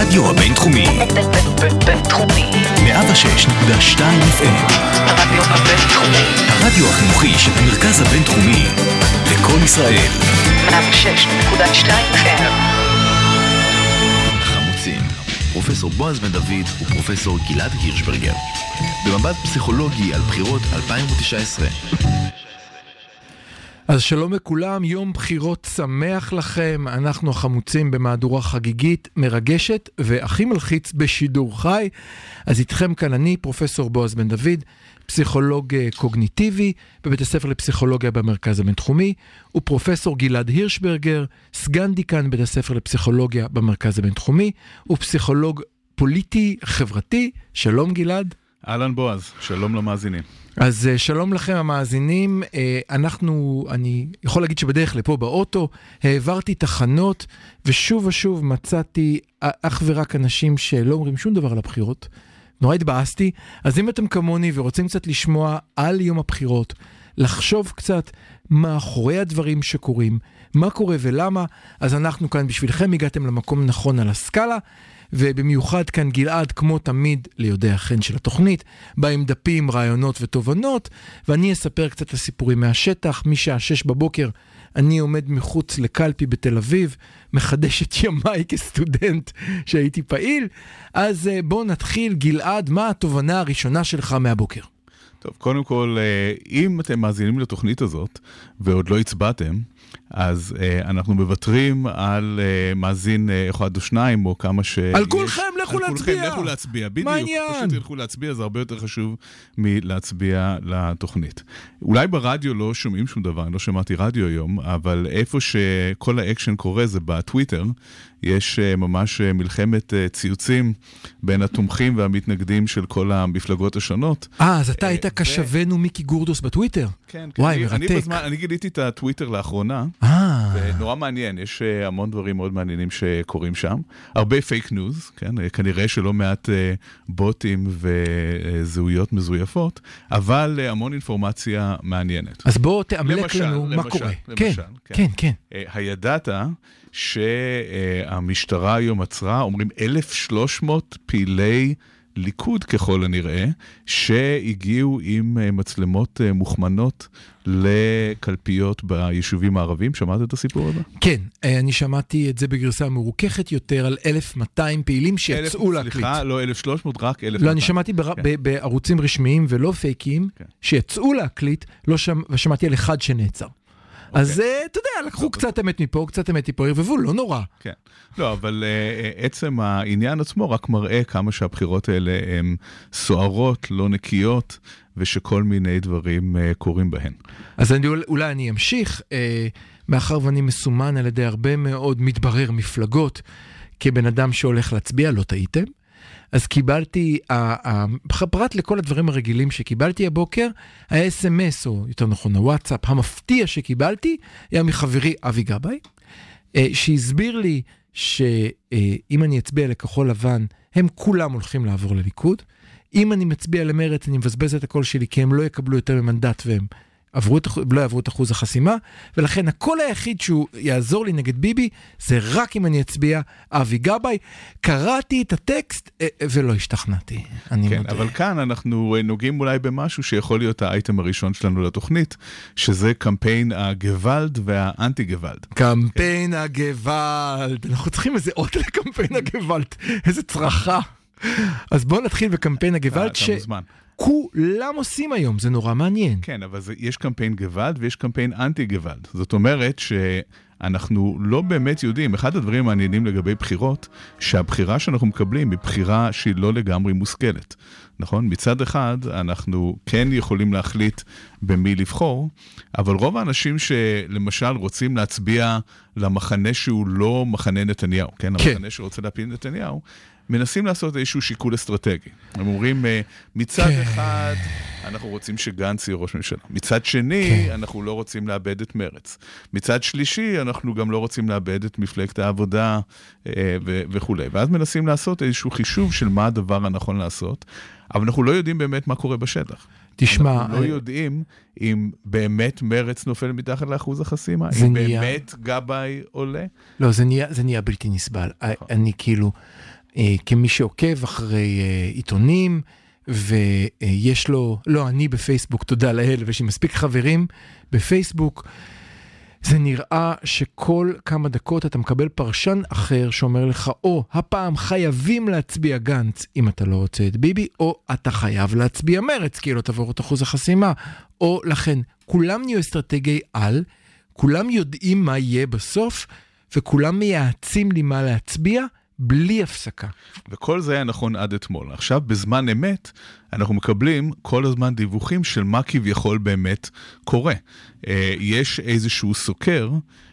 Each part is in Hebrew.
הרדיו הבינתחומי. בינתחומי. 106.2 FM. הרדיו הבינתחומי. הרדיו החינוכי של המרכז הבינתחומי. לכל ישראל. 106.2 FM. חמוצים. פרופסור בועז בן דוד ופרופסור גלעד הירשברגר. במבט פסיכולוגי על בחירות 2019. אז שלום לכולם, יום בחירות שמח לכם. אנחנו החמוצים במהדורה חגיגית, מרגשת והכי מלחיץ בשידור חי. אז איתכם כאן אני, פרופסור בועז בן דוד, פסיכולוג קוגניטיבי בבית הספר לפסיכולוגיה במרכז הבינתחומי, ופרופסור גלעד הירשברגר, סגן דיקן בית הספר לפסיכולוגיה במרכז הבינתחומי, ופסיכולוג פוליטי חברתי. שלום גלעד. אהלן בועז, שלום למאזינים. אז שלום לכם המאזינים. אני יכול להגיד שבדרך לפה באוטו העברתי תחנות, ושוב ושוב מצאתי אך ורק אנשים שלא אומרים שום דבר על הבחירות. נורא התבאסתי. אז אם אתם כמוני ורוצים קצת לשמוע על יום הבחירות, לחשוב קצת מאחורי הדברים שקורים, מה קורה ולמה, אז אנחנו כאן בשבילכם. הגעתם למקום נכון על הסקאלה, ובמיוחד כאן גלעד, כמו תמיד, ליודעי החן של התוכנית, בא עם דפים, רעיונות ותובנות, ואני אספר קצת הסיפורים מהשטח. משעה 6 בבוקר אני עומד מחוץ לקלפי בתל אביב, מחדש את ימיי כסטודנט שהייתי פעיל. אז בואו נתחיל. גלעד, מה התובנה הראשונה שלך מהבוקר? טוב, קודם כל, אם אתם מאזינים לתוכנית הזאת, ועוד לא הצבעתם, אז אנחנו מבטרים על מאזין אחד או שניים, או כמה ש... על כולכם, לכו להצביע. על כולכם, לכו להצביע. בדיוק, מה העניין? פשוט תלכו להצביע, זה הרבה יותר חשוב מלהצביע לתוכנית. אולי ברדיו לא שומעים שום דבר, אני לא שמעתי רדיו היום, אבל איפה שכל האקשן קורה זה בטוויטר, יש ממש מלחמת ציוצים בין התומכים והמתנגדים של כל המפלגות השונות. אז אתה היית קשבנו מיקי גורדוס בטוויטר? כן, וואי, מרתק. אני גיליתי את הטוויטר לאחרונה, ונורא מעניין, יש המון דברים מאוד מעניינים שקורים שם. הרבה פייק ניוז, כן? כנראה שלא מעט בוטים וזהויות מזויפות, אבל המון אינפורמציה מעניינת. אז בוא תאמלק לנו מה קורה. כן. הידעת שהמשטרה היום עצרה, אומרים 1,300 פעילי ליכוד ככל הנראה, שהגיעו עם מצלמות מוכמנות לקלפיות ביישובים הערבים. שמעת את הסיפור הזה? כן, אני שמעתי את זה בגרסה מרוככת יותר, על 1,200 פעילים שיצאו להקליט. סליחה, לא 1,300, רק 1,200. לא, אני שמעתי בערוצים רשמיים ולא פייקים, שיצאו להקליט, ושמעתי על אחד שנעצר. אז אתה יודע, לקחו קצת אמת מפה, קצת אמת מפה, הרבבו, לא נורא. כן. לא, אבל עצם העניין עצמו רק מראה כמה שהבחירות האלה הן סוערות, לא נקיות, ושכל מיני דברים קורים בהן. אז אולי אני אמשיך, מאחר ואני מסומן על ידי הרבה מאוד מתברר מפלגות, כבן אדם שהולך להצביע, לא טעיתם. אז קיבלתי, פרט לכל הדברים הרגילים שקיבלתי הבוקר, ה-SMS, או יותר נכון הוואטסאפ, המפתיע שקיבלתי, היה מחברי אבי גבאי, שהסביר לי שאם אני אצביע לכחול לבן, הם כולם הולכים לעבור לליכוד. אם אני מצביע למרץ, אני מבזבז את הקול שלי, כי הם לא יקבלו יותר ממנדט, והם לא יעברו את אחוז החסימה, ולכן הקול היחיד שהוא יעזור לי נגד ביבי, זה רק אם אני אצביע אבי גבאי. קראתי את הטקסט ולא השתכנעתי. כן, אבל כאן אנחנו נוגעים אולי במשהו שיכול להיות האייטם הראשון שלנו לתוכנית, שזה קמפיין הגוואלד והאנטי גוואלד. קמפיין הגוואלד. אנחנו צריכים איזה אות לקמפיין הגוואלד. איזה צרחה. אז בואו נתחיל בקמפיין הגוואלד כולם עושים היום, זה נורא מעניין. כן, אבל יש קמפיין גוואלד ויש קמפיין אנטי גוואלד. זאת אומרת שאנחנו לא באמת יודעים, אחד הדברים המעניינים לגבי בחירות, שהבחירה שאנחנו מקבלים היא בחירה שהיא לא לגמרי מושכלת. נכון? מצד אחד אנחנו כן יכולים להחליט במי לבחור, אבל רוב האנשים שלמשל רוצים להצביע למחנה שהוא לא מחנה נתניהו, כן? המחנה שרוצה להפיל נתניהו, מנסים לעשות איזשהו שיקול אסטרטגי. הם אומרים, מצד אחד, אנחנו רוצים שגנץ יהיה ראש ממשלה. מצד שני, אנחנו לא רוצים לאבד את מרץ. מצד שלישי, אנחנו גם לא רוצים לאבד את מפלגת העבודה וכו'. ואז מנסים לעשות איזשהו חישוב של מה הדבר הנכון לעשות, אבל אנחנו לא יודעים באמת מה קורה בשטח. תשמע, אנחנו לא יודעים אם באמת מרץ נופל מתחת לאחוז החסימה, אם באמת גבאי עולה. לא, זה נהיה בלתי נסבל. אני כאילו... כמי שעוקב אחרי עיתונים, ויש לו, לא, אני בפייסבוק, תודה לאל, ויש לי מספיק חברים בפייסבוק, זה נראה שכל כמה דקות אתה מקבל פרשן אחר שאומר לך, או הפעם חייבים להצביע גנץ אם אתה לא רוצה את ביבי, או אתה חייב להצביע מרץ, כי לא תעבור את אחוז החסימה, או לכן, כולם נהיו אסטרטגי על, כולם יודעים מה יהיה בסוף, וכולם מייעצים לי מה להצביע, בלי הפסקה. וכל זה היה נכון עד אתמול. עכשיו, בזמן אמת, אנחנו מקבלים כל הזמן דיווחים של מה כביכול באמת קורה. יש איזשהו סוקר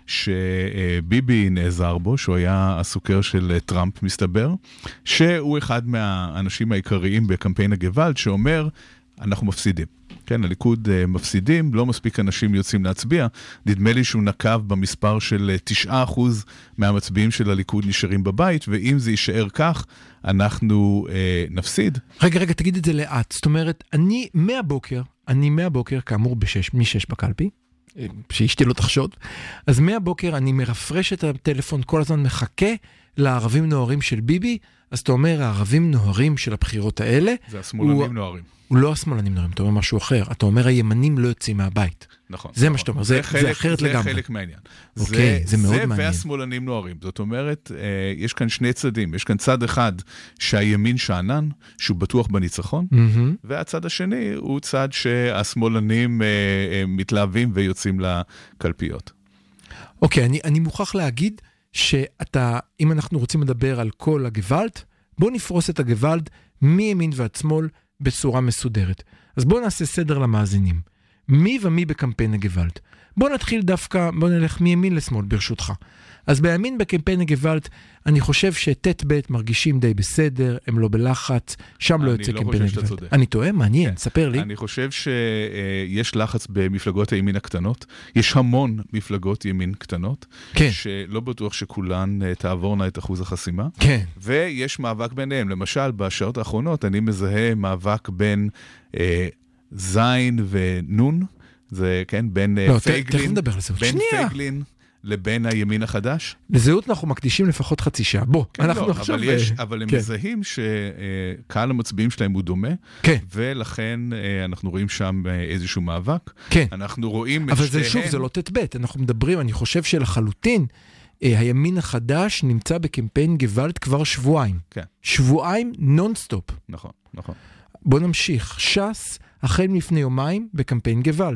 שביבי נעזר בו, שהוא היה הסוקר של טראמפ, מסתבר, שהוא אחד מהאנשים העיקריים בקמפיין הגוואלד, שאומר, אנחנו מפסידים. כן, הליכוד מפסידים, לא מספיק אנשים יוצאים להצביע. נדמה לי שהוא נקב במספר של 9% מהמצביעים של הליכוד נשארים בבית, ואם זה יישאר כך, אנחנו נפסיד. רגע, תגיד את זה לאט. זאת אומרת, אני מהבוקר, כאמור מ-6 בקלפי, שאשתי לא תחשוד, אז מהבוקר אני מרפרש את הטלפון, כל הזמן מחכה לערבים נוהרים של ביבי, אז אתה אומר, הערבים נוהרים של הבחירות האלה. זה השמאלנים נוהרים. הוא לא השמאלנים נוהרים, אתה אומר משהו אחר. אתה אומר, הימנים לא יוצאים מהבית. נכון. זה מה שאתה אומר, זה אחרת לגמרי. זה חלק מהעניין. אוקיי, זה מאוד מעניין. זה והשמאלנים נוהרים. זאת אומרת, יש כאן שני צדדים. יש כאן צד אחד שהימין שענן, שהוא בטוח בניצחון, והצד השני הוא צד שהשמאלנים מתלהבים ויוצאים לקלפיות. אוקיי, אני מוכרח להגיד שאתה, אם אנחנו רוצים לדבר על כל הגוואלד, בוא נפרוס את הגוואלד מימין ועד שמאל בצורה מסודרת. אז בוא נעשה סדר למאזינים. מי ומי בקמפיין הגוואלד. בוא נתחיל דווקא, בוא נלך מימין לשמאל ברשותך. אז בימין בקמפיין הגוואלד, אני חושב שתת בית מרגישים די בסדר, הם לא בלחץ, שם לא יוצא קמפיין הגוואלד. אני טועה? מעניין, ספר לי. אני חושב שיש לחץ במפלגות הימין הקטנות, יש המון מפלגות ימין קטנות, שלא בטוח שכולן תעבורנה את אחוז החסימה, ויש מאבק ביניהם. למשל, בשעות האחרונות אני מזהה מאבק בין זין ונון, זה כן, בין פייגלין לבין הימין החדש. לזהות אנחנו מקדישים לפחות חצי שעה. בוא, אנחנו עכשיו... אבל הם מזהים שקהל המצביעים שלהם הוא דומה, ולכן אנחנו רואים שם איזשהו מאבק. אנחנו רואים... אבל זה שוב, זה לא תת-בית. אנחנו מדברים, אני חושב שלחלוטין, הימין החדש נמצא בקמפיין גוואלד כבר שבועיים. שבועיים נונסטופ. נכון, נכון. בוא נמשיך. ש"ס, החל מלפני יומיים, בקמפיין גוואלד.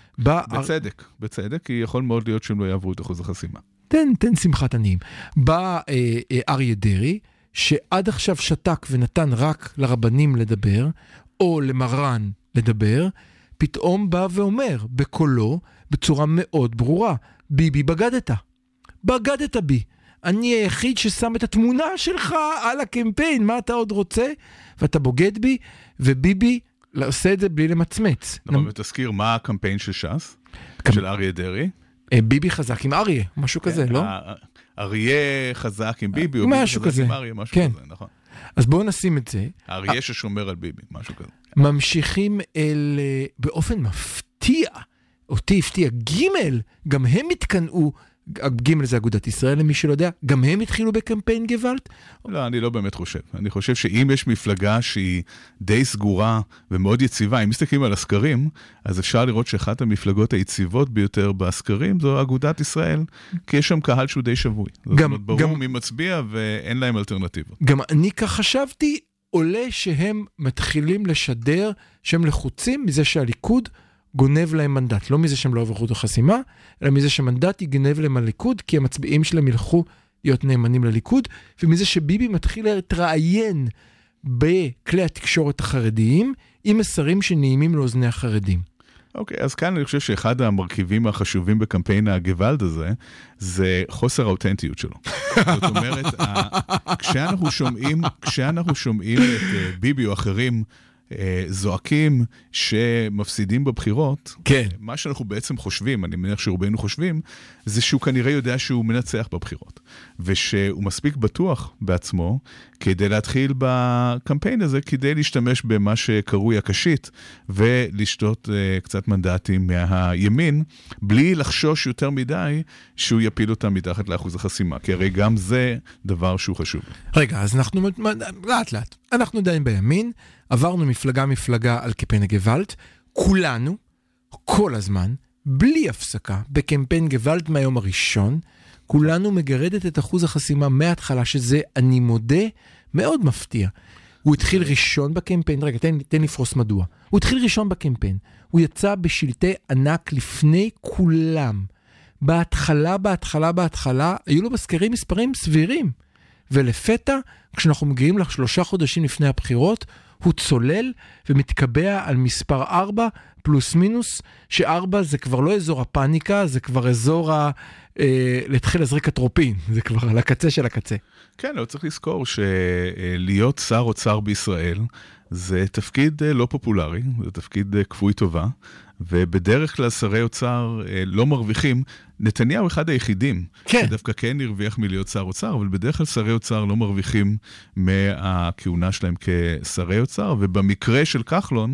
בצדק, כי יכול מאוד להיות שהם לא יעברו את אחוז החסימה. תן שמחת עניים. בא אריה דרעי, שעד עכשיו שתק ונתן רק לרבנים לדבר, או למרן לדבר, פתאום בא ואומר, בקולו, בצורה מאוד ברורה, ביבי בגדת. בגדת בי. אני היחיד ששם את התמונה שלך על הקמפיין, מה אתה עוד רוצה? ואתה בוגד בי, וביבי עושה את זה בלי למצמץ. נכון, ותזכיר מה הקמפיין של ש"ס? של אריה דרעי? ביבי חזק עם אריה, משהו כזה, לא? אריה חזק עם ביבי, או ביבי חזק עם אריה, משהו כזה, נכון. אז בואו נשים את זה. אריה ששומר על ביבי, משהו כזה. ממשיכים באופן מפתיע, אותי הפתיע, ג' גם הם התקנאו, ג' זה אגודת ישראל, למי שלא יודע, גם הם התחילו בקמפיין גוואלד? לא, אני לא באמת חושב. אני חושב שאם יש מפלגה שהיא די סגורה ומאוד יציבה, אם מסתכלים על הסקרים, אז אפשר לראות שאחת המפלגות היציבות ביותר בסקרים זו אגודת ישראל, כי יש שם קהל שהוא די שבוי. זאת אומרת, ברור מי מצביע ואין להם אלטרנטיבות. גם אני כך חשבתי, עולה שהם מתחילים לשדר שהם לחוצים מזה שהליכוד גונב להם מנדט, לא מזה שהם לא עברו את החסימה, אלא מזה שמנדט יגנב להם הליכוד, כי המצביעים שלהם ילכו להיות נאמנים לליכוד, ומזה שביבי מתחיל להתראיין בכלי התקשורת החרדיים, עם מסרים שנעימים לאוזני החרדים. אוקיי, אז כאן אני חושב שאחד המרכיבים החשובים בקמפיין הגוואלד הזה, זה חוסר האותנטיות שלו. זאת אומרת, כשאנחנו שומעים את ביבי או אחרים, זועקים שמפסידים בבחירות, כן. מה שאנחנו בעצם חושבים, אני מניח שרובנו חושבים, זה שהוא כנראה יודע שהוא מנצח בבחירות, ושהוא מספיק בטוח בעצמו, כדי להתחיל בקמפיין הזה, כדי להשתמש במה שקרוי הקשית, ולשתות קצת מנדטים מהימין, בלי לחשוש יותר מדי, שהוא יפיל אותם מתחת לאחוז החסימה, כי הרי גם זה דבר שהוא חשוב. רגע, אז אנחנו לאט לאט, אנחנו עדיין בימין, עברנו מפלגה על קמפיין הגוואלד, כולנו, כל הזמן, בלי הפסקה, בקמפיין גוואלד מהיום הראשון, כולנו מגרדת את אחוז החסימה מההתחלה, שזה, אני מודה, מאוד מפתיע. הוא התחיל ראשון בקמפיין, רגע, תן לפרוס מדוע. הוא התחיל ראשון בקמפיין, הוא יצא בשלטי ענק לפני כולם. בהתחלה, היו לו בסקרים מספרים סבירים. ולפתע, כשאנחנו מגיעים לך 3 חודשים לפני הבחירות, הוא צולל ומתקבע על מספר 4 פלוס מינוס, ש4 זה כבר לא אזור הפאניקה, זה כבר אזור להתחיל להזריק אטרופין, זה כבר על הקצה של הקצה. כן, אבל צריך לזכור שלהיות שר אוצר בישראל, זה תפקיד לא פופולרי, זה תפקיד כפוי טובה, ובדרך כלל שרי אוצר לא מרוויחים, נתניהו אחד היחידים, כן. שדווקא כן הרוויח מלהיות שר אוצר, אבל בדרך כלל שרי אוצר לא מרוויחים מהכהונה שלהם כשרי אוצר, ובמקרה של כחלון,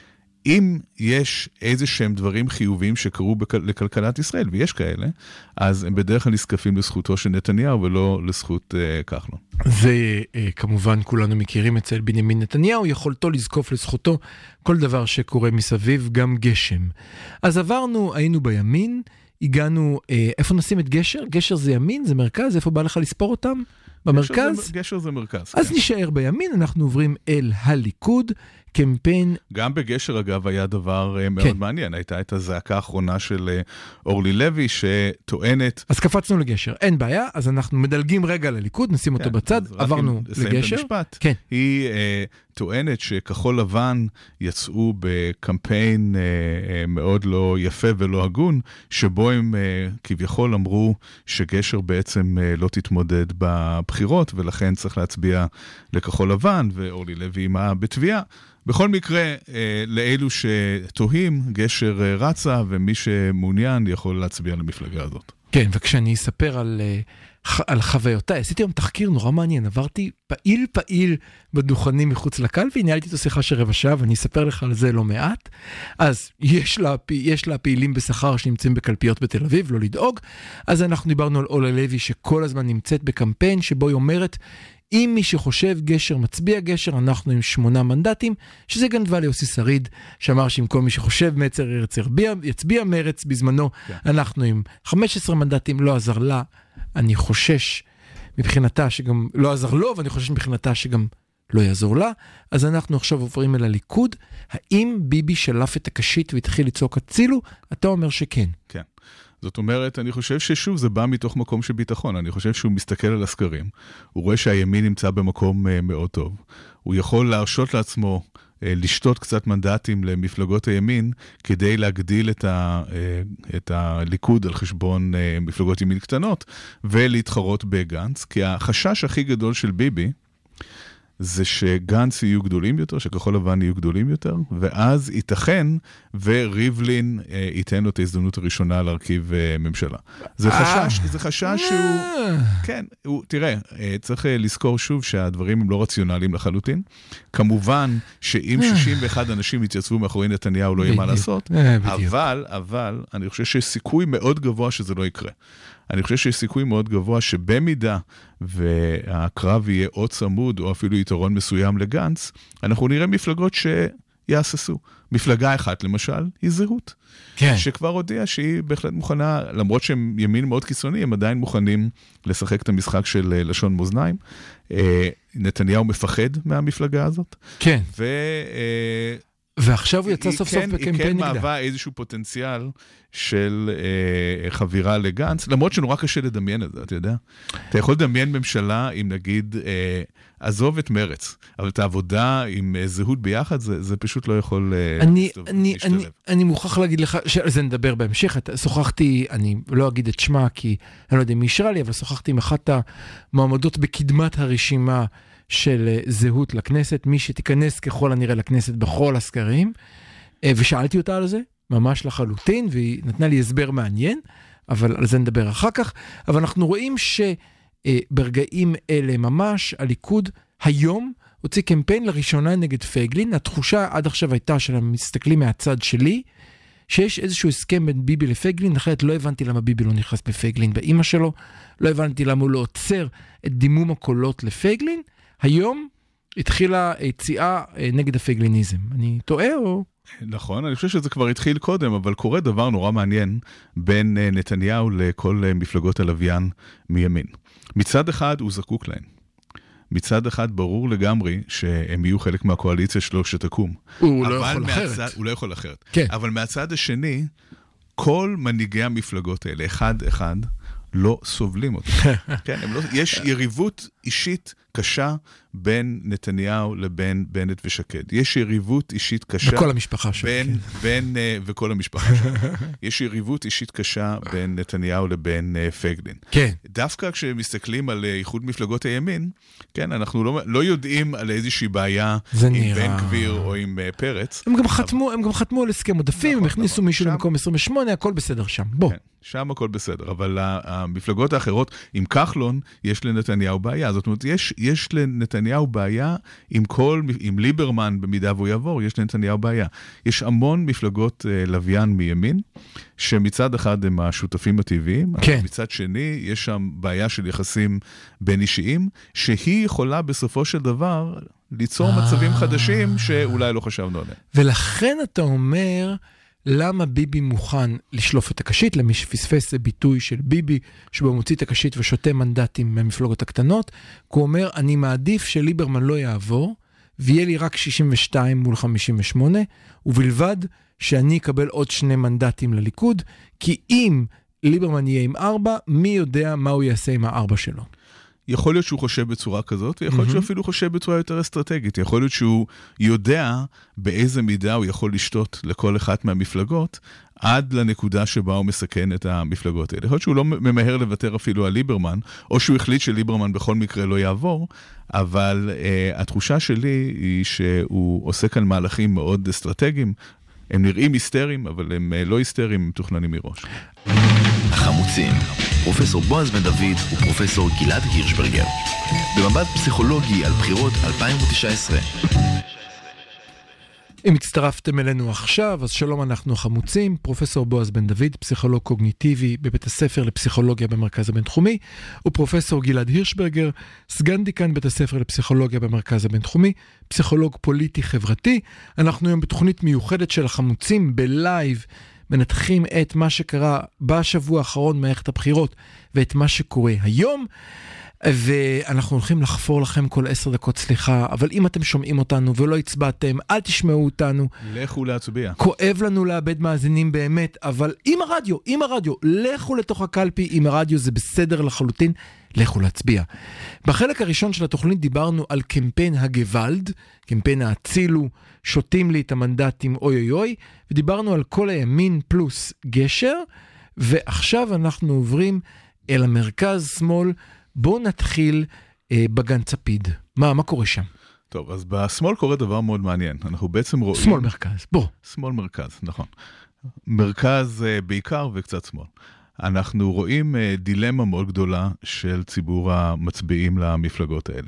אם יש איזה שהם דברים חיוביים שקרו לכלכלת ישראל, ויש כאלה, אז הם בדרך כלל נזקפים לזכותו של נתניהו, ולא לזכות כחלון. זה כמובן כולנו מכירים אצל בנימין נתניהו, יכולתו לזקוף לזכותו כל דבר שקורה מסביב, גם גשם. אז עברנו, היינו בימין, הגענו, איפה נשים את גשר? גשר זה ימין, זה מרכז, איפה בא לך לספור אותם? במרכז? גשר זה מרכז. אז כן. נשאר בימין, אנחנו עוברים אל הליכוד, קמפיין... גם בגשר אגב היה דבר מאוד מעניין, הייתה את הזעקה האחרונה של אורלי לוי שטוענת... אז קפצנו לגשר, אין בעיה, אז אנחנו מדלגים רגע לליכוד, נשים אותו בצד, עברנו לגשר. כן. היא טוענת שכחול לבן יצאו בקמפיין מאוד לא יפה ולא הגון, שבו הם כביכול אמרו שגשר בעצם לא תתמודד בבחירות, ולכן צריך להצביע לכחול לבן, ואורלי לוי מה בתביעה. בכל מקרה, לאלו שתוהים, גשר רצה, ומי שמעוניין יכול להצביע למפלגה הזאת. כן, וכשאני אספר על חוויותיי, עשיתי היום תחקיר נורא מעניין, עברתי פעיל בדוכנים מחוץ לקלפי, ניהלתי את השיחה של רבע שעה, ואני אספר לך על זה לא מעט. אז יש לה פעילים בשכר שנמצאים בקלפיות בתל אביב, לא לדאוג. אז אנחנו דיברנו על אורלי לוי שכל הזמן נמצאת בקמפיין, שבו היא אומרת, אם מי שחושב גשר מצביע גשר, אנחנו עם 8 מנדטים, שזה גנבה ליוסי שריד, שאמר שאם כל מי שחושב מצר יצביע מרץ בזמנו, אנחנו עם 15 מנדטים, לא עזר לה, אני חושש מבחינתה שגם לא עזר לו, ואני חושש מבחינתה שגם לא יעזור לה, אז אנחנו עכשיו עוברים אל הליכוד, האם ביבי שלף את הקשית והתחיל לצעוק הצילו? אתה אומר שכן. כן. זאת אומרת, אני חושב ששוב זה בא מתוך מקום של ביטחון, אני חושב שהוא מסתכל על הסקרים, הוא רואה שהימין נמצא במקום מאוד טוב, הוא יכול להרשות לעצמו לשתות קצת מנדטים למפלגות הימין, כדי להגדיל את הליכוד על חשבון מפלגות ימין קטנות, ולהתחרות בגנץ, כי החשש הכי גדול של ביבי, זה שגנץ יהיו גדולים יותר, שכחול לבן יהיו גדולים יותר, ואז ייתכן וריבלין ייתן לו את ההזדמנות הראשונה להרכיב ממשלה. זה חשש שהוא... כן, תראה, צריך לזכור שוב שהדברים הם לא רציונליים לחלוטין. כמובן שאם 61 אנשים יתייצבו מאחורי נתניהו לא יהיה מה לעשות, אבל אני חושב שיש סיכוי מאוד גבוה שזה לא יקרה. אני חושב שיש סיכוי מאוד גבוה שבמידה והקרב יהיה או צמוד או אפילו יתרון מסוים לגנץ, אנחנו נראה מפלגות שיעשסו. מפלגה אחת למשל היא זהות. כן. שכבר הודיעה שהיא בהחלט מוכנה, למרות שהם ימין מאוד קיצוני, הם עדיין מוכנים לשחק את המשחק של לשון מאזניים. נתניהו מפחד מהמפלגה הזאת. כן. ועכשיו הוא יצא סוף סוף בקמפיין נגדה. היא כן מהווה איזשהו פוטנציאל של חבירה לגנץ, למרות שנורא קשה לדמיין את זה, אתה יודע? אתה יכול לדמיין ממשלה אם נגיד, עזוב את מרץ, אבל את העבודה עם זהות ביחד, זה פשוט לא יכול להשתלב. אני מוכרח להגיד לך, זה נדבר בהמשך, שוחחתי, אני לא אגיד את שמה, כי אני לא יודע מי ישרה לי, אבל שוחחתי עם אחת המועמדות בקדמת הרשימה, של זהות לכנסת, מי שתיכנס ככל הנראה לכנסת בכל הסקרים, ושאלתי אותה על זה, ממש לחלוטין, והיא נתנה לי הסבר מעניין, אבל על זה נדבר אחר כך. אבל אנחנו רואים שברגעים אלה ממש, הליכוד היום הוציא קמפיין לראשונה נגד פייגלין. התחושה עד עכשיו הייתה של המסתכלים מהצד שלי, שיש איזשהו הסכם בין ביבי לפייגלין, אחרת לא הבנתי למה ביבי לא נכנס בפייגלין באמא שלו, לא הבנתי למה הוא לא עוצר את דימום הקולות לפייגלין. היום התחילה יציאה נגד הפייגליניזם. אני טועה או... נכון, אני חושב שזה כבר התחיל קודם, אבל קורה דבר נורא מעניין בין נתניהו לכל מפלגות הלוויין מימין. מצד אחד הוא זקוק להן. מצד אחד ברור לגמרי שהם יהיו חלק מהקואליציה שלו שתקום. הוא לא יכול אחרת. הוא לא יכול אחרת. כן. אבל מהצד השני, כל מנהיגי המפלגות האלה, אחד, לא סובלים אותו. כן, יש יריבות אישית קשה בין נתניהו לבין בנט ושקד. יש יריבות אישית קשה... וכל המשפחה שלו. וכל המשפחה שלו. יש יריבות אישית קשה בין נתניהו לבין פייגלין. כן. דווקא כשמסתכלים על איחוד מפלגות הימין, כן, אנחנו לא יודעים על איזושהי בעיה עם בן גביר או עם פרץ. הם גם חתמו על הסכם עודפים, הם הכניסו מישהו למקום 28, הכל בסדר שם. בוא. שם הכל בסדר, אבל המפלגות האחרות, עם כחלון, יש לנתניהו בעיה. זאת אומרת, יש לנתניהו בעיה עם ליברמן, במידה והוא יעבור, יש לנתניהו בעיה. יש המון מפלגות לוויין מימין, שמצד אחד הם השותפים הטבעיים, כן. אבל מצד שני, יש שם בעיה של יחסים בין אישיים, שהיא יכולה בסופו של דבר ליצור מצבים חדשים שאולי לא חשבנו עליהם. ולכן אתה אומר... למה ביבי מוכן לשלוף את הקשית, למי שפספס זה ביטוי של ביבי, שבו מוציא את הקשית ושותה מנדטים מהמפלגות הקטנות, הוא אומר, אני מעדיף שליברמן לא יעבור, ויהיה לי רק 62 מול 58, ובלבד שאני אקבל עוד 2 מנדטים לליכוד, כי אם ליברמן יהיה עם 4, מי יודע מה הוא יעשה עם 4 שלו. יכול להיות שהוא חושב בצורה כזאת, ויכול להיות שהוא אפילו חושב בצורה יותר אסטרטגית. יכול להיות שהוא יודע באיזה מידה הוא יכול לשתות לכל אחת מהמפלגות, עד לנקודה שבה הוא מסכן את המפלגות האלה. יכול להיות שהוא לא ממהר לוותר אפילו על ליברמן, או שהוא החליט שליברמן בכל מקרה לא יעבור, אבל התחושה שלי היא שהוא עושה כאן מהלכים מאוד אסטרטגיים. הם נראים היסטריים, אבל הם לא היסטריים, הם מתוכננים מראש. החמוצים, פרופסור בועז בן דוד ופרופסור גלעד הירשברגר. במבט פסיכולוגי על בחירות 2019. אם הצטרפתם אלינו עכשיו, אז שלום, אנחנו החמוצים, פרופסור בועז בן דוד, פסיכולוג קוגניטיבי בבית הספר לפסיכולוגיה במרכז הבינתחומי, ופרופסור גלעד הירשברגר, סגן דיקן בית הספר לפסיכולוגיה במרכז הבינתחומי, פסיכולוג פוליטי חברתי. אנחנו היום בתוכנית מיוחדת של החמוצים בלייב, מנתחים את מה שקרה בשבוע האחרון מערכת הבחירות, ואת מה שקורה היום, ואנחנו הולכים לחפור לכם כל 10 דקות, סליחה, אבל אם אתם שומעים אותנו ולא הצבעתם, אל תשמעו אותנו. לכו להצביע. כואב לנו לאבד מאזינים באמת, אבל עם הרדיו, לכו לתוך הקלפי, עם הרדיו זה בסדר לחלוטין, לכו להצביע. בחלק הראשון של התוכנית דיברנו על קמפיין הגוואלד, קמפיין ההצילו, שותים לי את המנדטים אוי אוי אוי, ודיברנו על כל הימין פלוס גשר, ועכשיו אנחנו עוברים אל המרכז שמאל. בואו נתחיל בגן צפיד. מה קורה שם? טוב, אז בשמאל קורה דבר מאוד מעניין. אנחנו בעצם רואים... שמאל מרכז, בוא. שמאל מרכז, נכון. מרכז בעיקר וקצת שמאל. אנחנו רואים דילמה מאוד גדולה של ציבור המצביעים למפלגות האלה.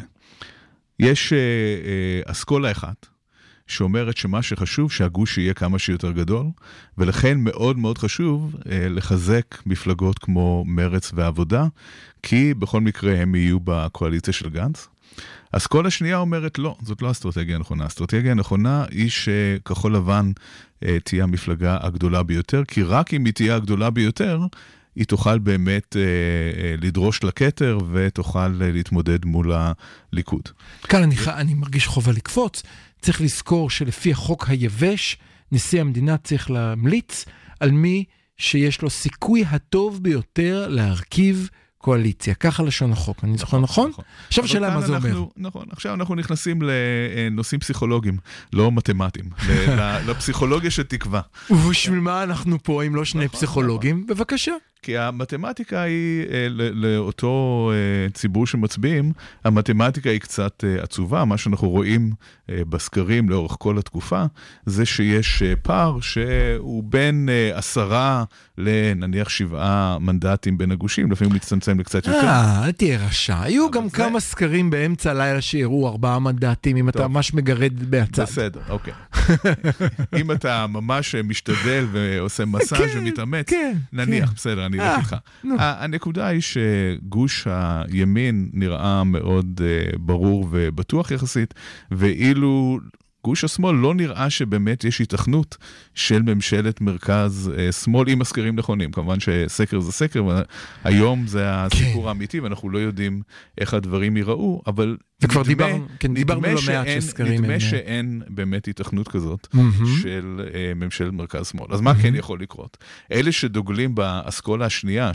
יש אסכולה אחת, שאומרת שמה שחשוב שהגוש יהיה כמה שיותר גדול, ולכן מאוד מאוד חשוב לחזק מפלגות כמו מרץ ועבודה, כי בכל מקרה הם יהיו בקואליציה של גנץ. אסכולה שנייה אומרת לא, זאת לא האסטרטגיה הנכונה. האסטרטגיה הנכונה היא שכחול לבן תהיה המפלגה הגדולה ביותר, כי רק אם היא תהיה הגדולה ביותר, היא תוכל באמת לדרוש לכתר ותוכל להתמודד מול הליכוד. כאן אני מרגיש חובה לקפוץ. צריך לזכור שלפי החוק היבש, נשיא המדינה צריך להמליץ על מי שיש לו סיכוי הטוב ביותר להרכיב קואליציה. ככה לשון החוק, אני זוכר נכון? עכשיו השאלה מה זה אומר. נכון, עכשיו אנחנו נכנסים לנושאים פסיכולוגיים, לא מתמטיים, לפסיכולוגיה שתקווה. ובשביל מה אנחנו פה אם לא שני פסיכולוגים? בבקשה. כי המתמטיקה היא, לאותו ציבור שמצביעים, המתמטיקה היא קצת עצובה. מה שאנחנו רואים בסקרים לאורך כל התקופה, זה שיש פער שהוא בין 10 לנניח 7 מנדטים בין הגושים, לפעמים הוא מצטמצם לקצת יותר. אל תהיה רשע. היו גם כמה סקרים באמצע הלילה שיראו 4 מנדטים, אם אתה ממש מגרד בהצד. בסדר, אוקיי. אם אתה ממש משתדל ועושה מסאז' ומתאמץ, נניח, בסדר, אני אלך איתך. הנקודה היא שגוש הימין נראה מאוד ברור ובטוח יחסית, ואילו גוש השמאל לא נראה שבאמת יש התכנות של ממשלת מרכז שמאל עם הסקרים נכונים. כמובן שסקר זה סקר, והיום זה הסיפור האמיתי, ואנחנו לא יודעים איך הדברים ייראו, אבל וכבר דיברנו לא מעט שסקרים. נדמה שאין באמת התכנות כזאת של ממשלת מרכז שמאל. אז מה כן יכול לקרות? אלה שדוגלים באסכולה השנייה,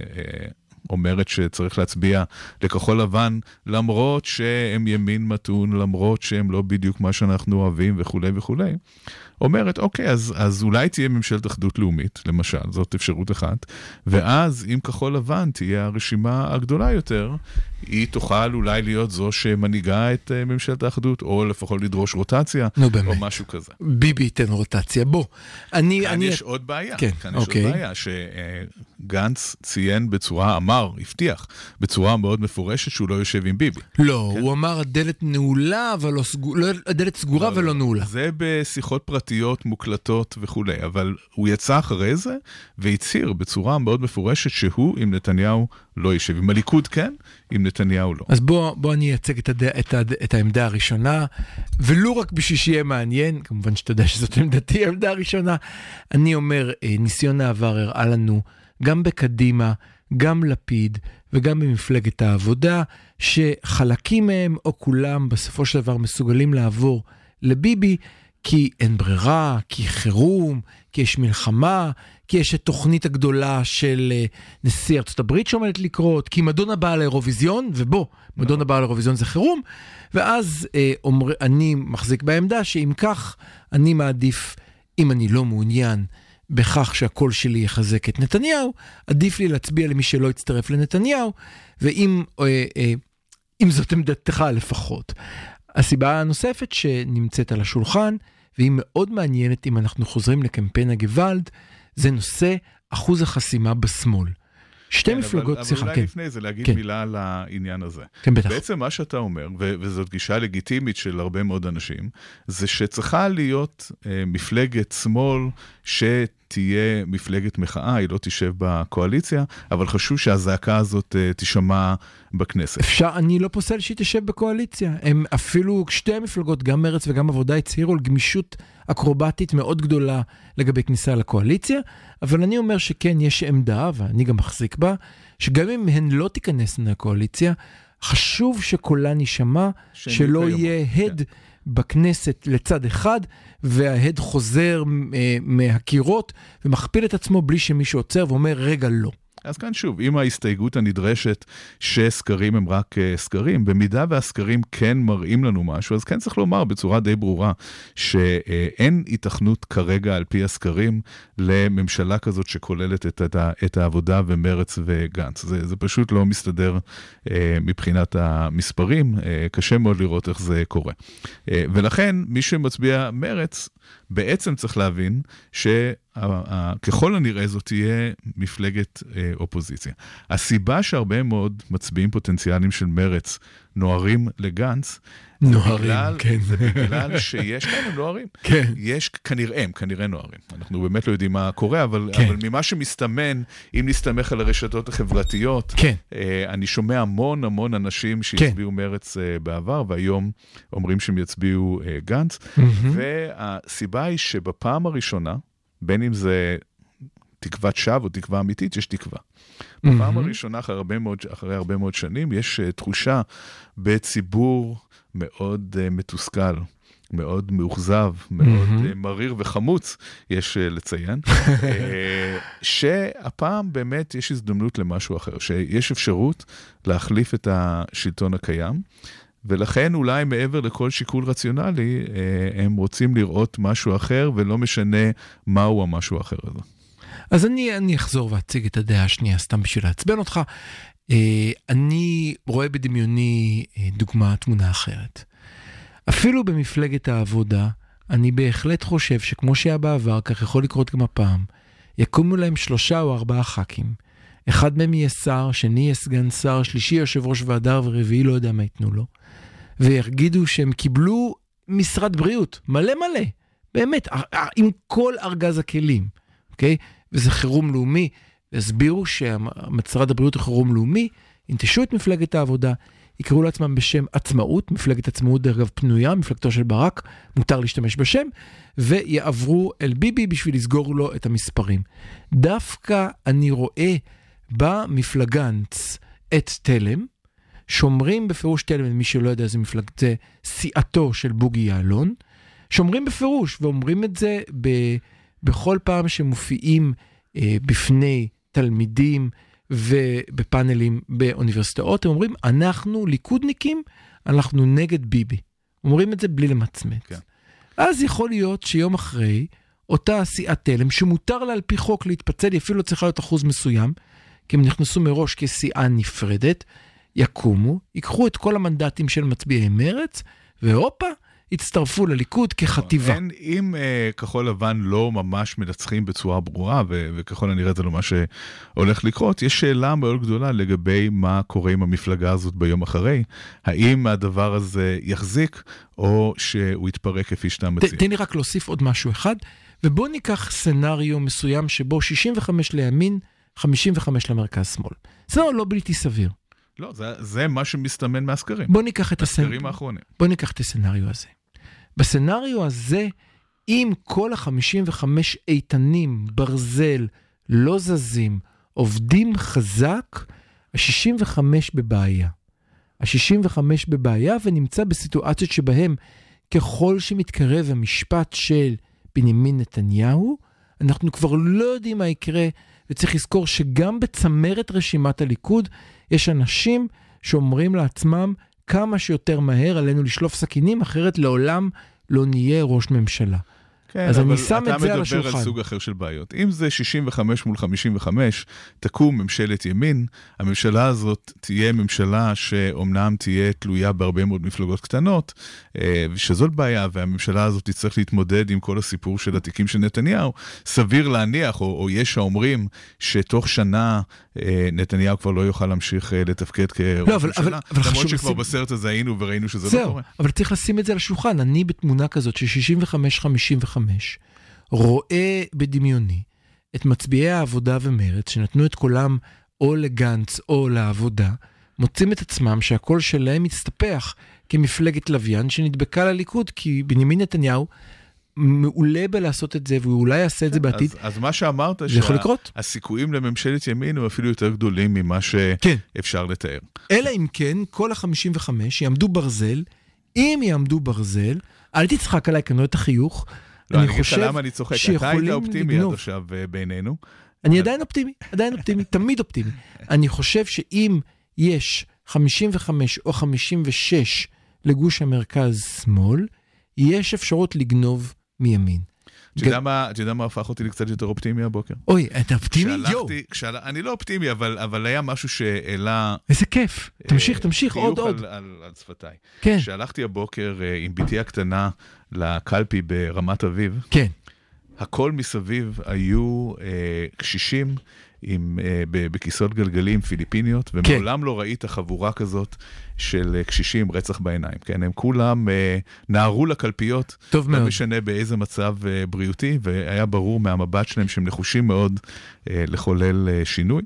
אומרת שצריך להצביע לכחול לבן, למרות שהם ימין מתון, למרות שהם לא בדיוק מה שאנחנו אוהבים וכו' וכו'. אומרת, אוקיי, אז אולי תהיה ממשלת אחדות לאומית, למשל, זאת אפשרות אחת, ואז אם כחול לבן תהיה הרשימה הגדולה יותר, היא תוכל אולי להיות זו שמנהיגה את ממשלת האחדות, או לפחות לדרוש רוטציה, או משהו כזה. ביבי ייתן רוטציה, בוא. כאן יש עוד בעיה, כאן יש עוד בעיה, שגנץ ציין בצורה, הבטיח, בצורה מאוד מפורשת שהוא לא יושב עם ביבי. לא, הוא אמר הדלת נעולה, הדלת סגורה ולא נעולה. זה בשיחות פרטיות, מוקלטות וכו', אבל הוא יצא אחרי זה, והצהיר בצורה מאוד מפורשת שהוא עם נתניהו לא יישב. עם הליכוד כן, עם נתניהו לא. אז בוא אני אייצג את העמדה הראשונה, ולא רק בשביל שיהיה מעניין, כמובן שאתה יודע שזאת עמדתי, העמדה הראשונה. אני אומר, ניסיון העבר הראה לנו, גם בקדימה, גם לפיד, וגם במפלגת העבודה, שחלקים מהם או כולם בסופו של דבר מסוגלים לעבור לביבי, כי אין ברירה, כי חירום, כי יש מלחמה, כי יש את תוכנית הגדולה של נשיא ארצות הברית שעומדת לקרות, כי מדונה באה לאירוויזיון, ובוא, מדונה באה לאירוויזיון זה חירום, ואז אני מחזיק בעמדה שאם כך, אני מעדיף, אם אני לא מעוניין בכך שהקול שלי יחזק את נתניהו, עדיף לי להצביע למי שלא יצטרף לנתניהו, ואם זאת עמדתך לפחות. הסיבה הנוספת שנמצאת על השולחן, והיא מאוד מעניינת אם אנחנו חוזרים לקמפיין הגוואלד, זה נושא אחוז החסימה בשמאל. שתי מפלגות, אבל אולי לפני זה להגיד מילה על העניין הזה. כן, בטח. בעצם מה שאתה אומר, וזאת גישה לגיטימית של הרבה מאוד אנשים, זה שצריכה להיות מפלגת שמאל שתהיה מפלגת מחאה, היא לא תשב בקואליציה, אבל חשוב שהזעקה הזאת תשמע בכנסת. אני לא פוסל שהיא תשב בקואליציה. הם אפילו שתי המפלגות, גם מרץ וגם עבודה, הצהירו על גמישות אקרובטית מאוד גדולה לגבי כניסה לקואליציה, אבל אני אומר שכן יש עמדה, ואני גם מחזיק בה, שגם אם הן לא תיכנסנה לקואליציה, חשוב שקולן יישמע, שלא יהיה הד בכנסת לצד אחד, וההד חוזר מהקירות, ומכפיל את עצמו בלי שמישהו עוצר ואומר, רגע לא. אז כאן שוב, אם ההסתייגות הנדרשת שסקרים הם רק סקרים, במידה והסקרים כן מראים לנו משהו, אז כן צריך לומר בצורה די ברורה, שאין התכנות כרגע על פי הסקרים לממשלה כזאת שכוללת את העבודה ומרץ וגנץ. זה פשוט לא מסתדר מבחינת המספרים, קשה מאוד לראות איך זה קורה. ולכן מי שמצביע מרץ, בעצם צריך להבין שככל הנראה זאת תהיה מפלגת אופוזיציה. הסיבה שהרבה מאוד מצביעים פוטנציאליים של מרץ נוערים לגנץ, זה בגלל שיש כאלה נוערים. יש כנראה נוערים. אנחנו באמת לא יודעים מה קורה, אבל ממה שמסתמן, אם נסתמך על הרשתות החברתיות, אני שומע המון אנשים שיצביעו מרץ בעבר, והיום אומרים שהם יצביעו גנץ, והסיבה היא שבפעם הראשונה, בין אם זה תקוות שווא או תקווה אמיתית, יש תקווה. בפעם הראשונה, אחרי הרבה מאוד שנים, יש תחושה בציבור מאוד מתוסכל, מאוד מאוכזב, מאוד מריר וחמוץ, יש לציין, שהפעם באמת יש הזדמנות למשהו אחר, שיש אפשרות להחליף את השלטון הקיים, ולכן אולי מעבר לכל שיקול רציונלי, הם רוצים לראות משהו אחר, ולא משנה מהו המשהו אחר הזה. אז אני אחזור ואציג את הדעה השנייה, סתם בשביל להצבן אותך. אני רואה בדמיוני תמונה אחרת. אפילו במפלגת העבודה, אני בהחלט חושב שכמו שהיה בעבר, כך יכול לקרות גם הפעם, יקומו להם 3 או 4 ח"כים. אחד מהם יהיה שר, שני יהיה סגן שר, שלישי יושב ראש ועדה ורביעי לא יודע מה יתנו לו. ויגידו שהם קיבלו משרד בריאות, מלא מלא, באמת, עם כל ארגז הכלים, אוקיי? וזה חירום לאומי, והסבירו שמשרד הבריאות הוא חירום לאומי, ינטשו את מפלגת העבודה, יקראו לעצמם בשם עצמאות, מפלגת עצמאות דרך אגב פנויה, מפלגתו של ברק, מותר להשתמש בשם, ויעברו אל ביבי בשביל לסגור לו את המספרים. דווקא אני רואה במפלגנץ את תלם, שומרים בפירוש תלם, מי שלא יודע זה מפלגת, זה סיעתו של בוגי יעלון, שומרים בפירוש, ואומרים את זה בכל פעם שמופיעים בפני תלמידים ובפאנלים באוניברסיטאות, הם אומרים, אנחנו ליכודניקים, אנחנו נגד ביבי. אומרים את זה בלי למצמץ. כן. אז יכול להיות שיום אחרי, אותה סיעת תלם, שמותר לה על פי חוק להתפצל, היא אפילו צריכה להיות אחוז מסוים, כי הם נכנסו מראש כסיעה נפרדת, יקומו, ייקחו את כל המנדטים של מצביעי מרץ, והופה, הצטרפו לליכוד כחטיבה. אם כחול לבן לא ממש מנצחים בצורה ברורה, וככל הנראה זה לא מה שהולך לקרות, יש שאלה מאוד גדולה לגבי מה קורה עם המפלגה הזאת ביום אחרי. האם הדבר הזה יחזיק, או שהוא יתפרק כפי שאתה מציע? תן לי רק להוסיף עוד משהו אחד, ובוא ניקח סנריו מסוים שבו 65 לימין, 55 למרכז שמאל. זה לא בלתי סביר. לא, זה מה שמסתמן מהסקרים. בוא ניקח את הסקרים האחרונים. בוא ניקח את הסנריו הזה. בסנריו הזה, אם כל ה-55 איתנים, ברזל, לא זזים, עובדים חזק, ה-65 בבעיה. ה-65 בבעיה ונמצא בסיטואציות שבהם ככל שמתקרב המשפט של בנימין נתניהו, אנחנו כבר לא יודעים מה יקרה, וצריך לזכור שגם בצמרת רשימת הליכוד, יש אנשים שאומרים לעצמם כמה שיותר מהר עלינו לשלוף סכינים, אחרת לעולם לא נהיה ראש ממשלה. כן, אז אני שם את זה על השולחן. אתה מדבר על סוג אחר של בעיות. אם זה 65 מול 55, תקום ממשלת ימין, הממשלה הזאת תהיה ממשלה שאומנם תהיה תלויה בהרבה מאוד מפלגות קטנות, שזאת בעיה, והממשלה הזאת תצטרך להתמודד עם כל הסיפור של התיקים של נתניהו. סביר להניח, או יש האומרים, שתוך שנה נתניהו כבר לא יוכל להמשיך לתפקד כראש ממשלה. למרות שכבר בסרט הזה היינו וראינו שזה לא קורה. אבל צריך לשים את זה על השולחן. אני בתמונה כזאת ש-65-55 רואה בדמיוני את מצביעי העבודה ומרץ שנתנו את קולם או לגנץ או לעבודה, מוצאים את עצמם שהקול שלהם מצטפח כמפלגת לוויין שנדבקה לליכוד, כי בנימין נתניהו מעולה בלעשות את זה, והוא אולי יעשה את זה בעתיד. אז מה שאמרת, שהסיכויים לממשלת ימין הם אפילו יותר גדולים ממה שאפשר לתאר. אלא אם כן, כל ה-55 יעמדו ברזל, אם יעמדו ברזל, אל תצחק עליי, כנראה את החיוך, לא, אני חושב למה אני צוחק. אתה היית אופטימי עד עכשיו בינינו. אני עדיין אופטימי, תמיד אופטימי. אני חושב שאם יש 55 או 56 לגוש המרכז שמאל, יש אפשרות לגנוב מימין. אתה יודע מה הפך אותי לקצת יותר אופטימי הבוקר? אוי, אתה אופטימי? אני לא אופטימי, אבל היה משהו שאלה... איזה כיף. תמשיך, עוד. חיוך על שפתיי. כן. שהלכתי הבוקר עם ביתי הקטנה לקלפי ברמת אביב. כן. הכל מסביב היו קשישים בכיסאות גלגלים פיליפיניות, ומעולם לא ראית חבורה כזאת של קשישים רצח בעיניים. כן, הם כולם נערו לקלפיות, לא משנה באיזה מצב בריאותי, והיה ברור מהמבט שלהם שהם נחושים מאוד לחולל שינוי.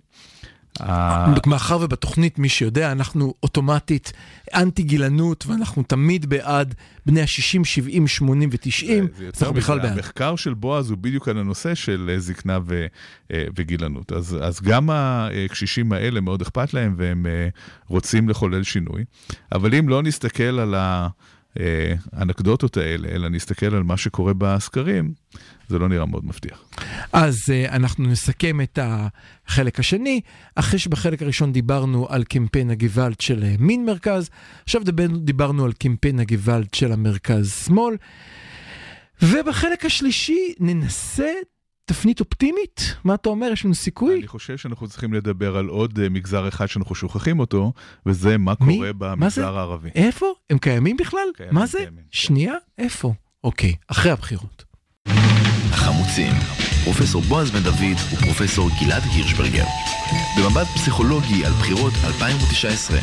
מאחר ובתוכנית, מי שיודע, אנחנו אוטומטית אנטי גילנות, ואנחנו תמיד בעד בני ה-60, 70, 80 ו-90. אנחנו בכלל בעד. המחקר של בועז הוא בדיוק על הנושא של זקנה וגילנות. אז גם הקשישים האלה מאוד אכפת להם, והם רוצים לחולל שינוי. אבל אם לא נסתכל על האנקדוטות האלה, אלא נסתכל על מה שקורה בסקרים, זה לא נראה מאוד מבטיח. אז אנחנו נסכם את החלק השני, אחרי שבחלק הראשון דיברנו על קמפיין הגוואלד של מין מרכז, עכשיו דיברנו על קמפיין הגוואלד של המרכז שמאל, ובחלק השלישי ננסה, תפנית אופטימית? מה אתה אומר? יש לנו סיכוי? אני חושב שאנחנו צריכים לדבר על עוד מגזר אחד שאנחנו שוכחים אותו, וזה מה קורה במגזר הערבי. איפה? הם קיימים בכלל? מה זה? שנייה? איפה? אוקיי, אחרי הבחירות. החמוצים, פרופסור בועז בן דוד ופרופסור גלעד הירשברגר. במבט פסיכולוגי על בחירות 2019.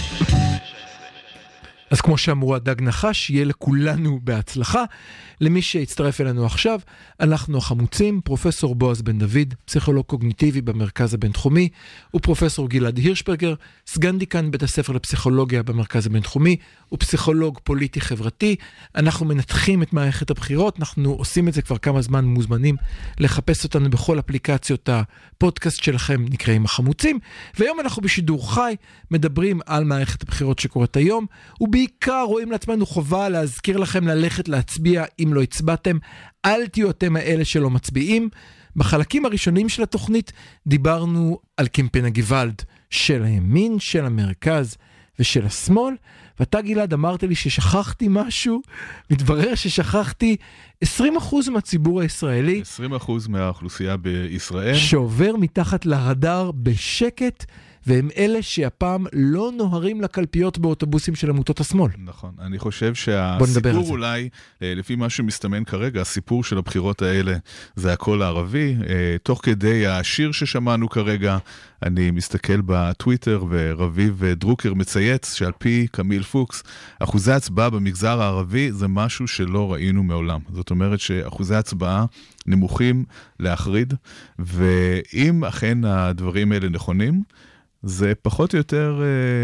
אז כמו שאמרו הדג נחש, יהיה לכולנו בהצלחה. למי שהצטרף אלינו עכשיו, אנחנו החמוצים, פרופסור בועז בן דוד, פסיכולוג קוגניטיבי במרכז הבינתחומי, ופרופסור גלעד הירשברגר, סגן דיקן בית הספר לפסיכולוגיה במרכז הבינתחומי, ופסיכולוג פוליטי חברתי. אנחנו מנתחים את מערכת הבחירות, אנחנו עושים את זה כבר כמה זמן, מוזמנים לחפש אותנו בכל אפליקציות הפודקאסט שלכם, נקראים החמוצים, והיום אנחנו בשידור חי, מדברים על מערכת הבחירות שקורית היום, ובעיקר רואים לעצמנו חובה להזכיר לכם ללכת להצביע אם לא הצבעתם, אל תהיו אתם האלה שלא מצביעים. בחלקים הראשונים של התוכנית דיברנו על קמפיין הגוואלד של הימין, של המרכז ושל השמאל, ואתה גלעד אמרת לי ששכחתי משהו, מתברר ששכחתי 20% מהציבור הישראלי. 20% מהאוכלוסייה בישראל. שעובר מתחת לרדאר בשקט, והם אלה שהפעם לא נוהרים לקלפיות באוטובוסים של עמותות השמאל. נכון, אני חושב שהסיפור אולי, לפי מה שמסתמן כרגע, הסיפור של הבחירות האלה זה הקול הערבי. תוך כדי השיר ששמענו כרגע, אני מסתכל בטוויטר ורביב דרוקר מצייץ שעל פי קמיל פוקס, אחוזי הצבעה במגזר הערבי זה משהו שלא ראינו מעולם. זאת אומרת שאחוזי הצבעה נמוכים להחריד, ואם אכן הדברים האלה נכונים, זה פחות או יותר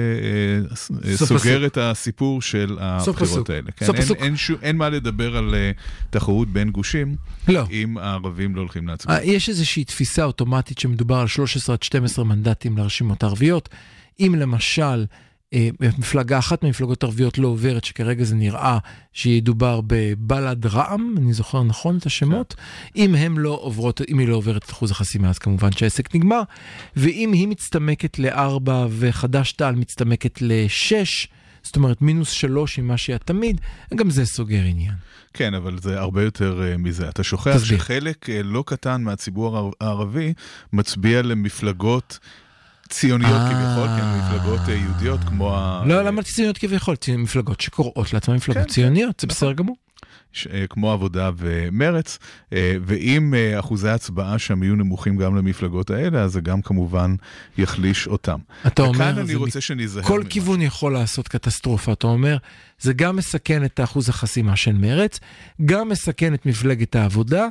סוגר את הסיפור של הבחירות האלה. אין מה לדבר על תחרות בין גושים, אם הערבים לא הולכים להצביע. יש איזושהי תפיסה אוטומטית שמדובר על 13 עד 12 מנדטים לרשימות הערביות. אם למשל מפלגה אחת מהמפלגות הערביות לא עוברת, שכרגע זה נראה שידובר בבלד רעם, אני זוכר נכון את השמות, אם היא לא עוברת את אחוז החסימה, אז כמובן שהעסק נגמר, ואם היא מצטמקת ל4 וחד"ש תע"ל מצטמקת ל6, זאת אומרת מינוס 3 עם מה שהיה תמיד, גם זה סוגר עניין. כן, אבל זה הרבה יותר מזה. אתה שוכח שחלק לא קטן מהציבור הערבי מצביע למפלגות ציוניות כביכול, כי הן מפלגות יהודיות כמו לא, למה ציוניות כביכול? מפלגות שקוראות לעצמן מפלגות ציוניות, זה בסדר גמור. כמו עבודה ומרץ, ואם אחוזי ההצבעה שם יהיו נמוכים גם למפלגות האלה, אז זה גם כמובן יחליש אותם. אתה אומר, כל כיוון יכול לעשות קטסטרופה, אתה אומר, זה גם מסכן את האחוז החסימה של מרץ, גם מסכן את מפלגת העבודה,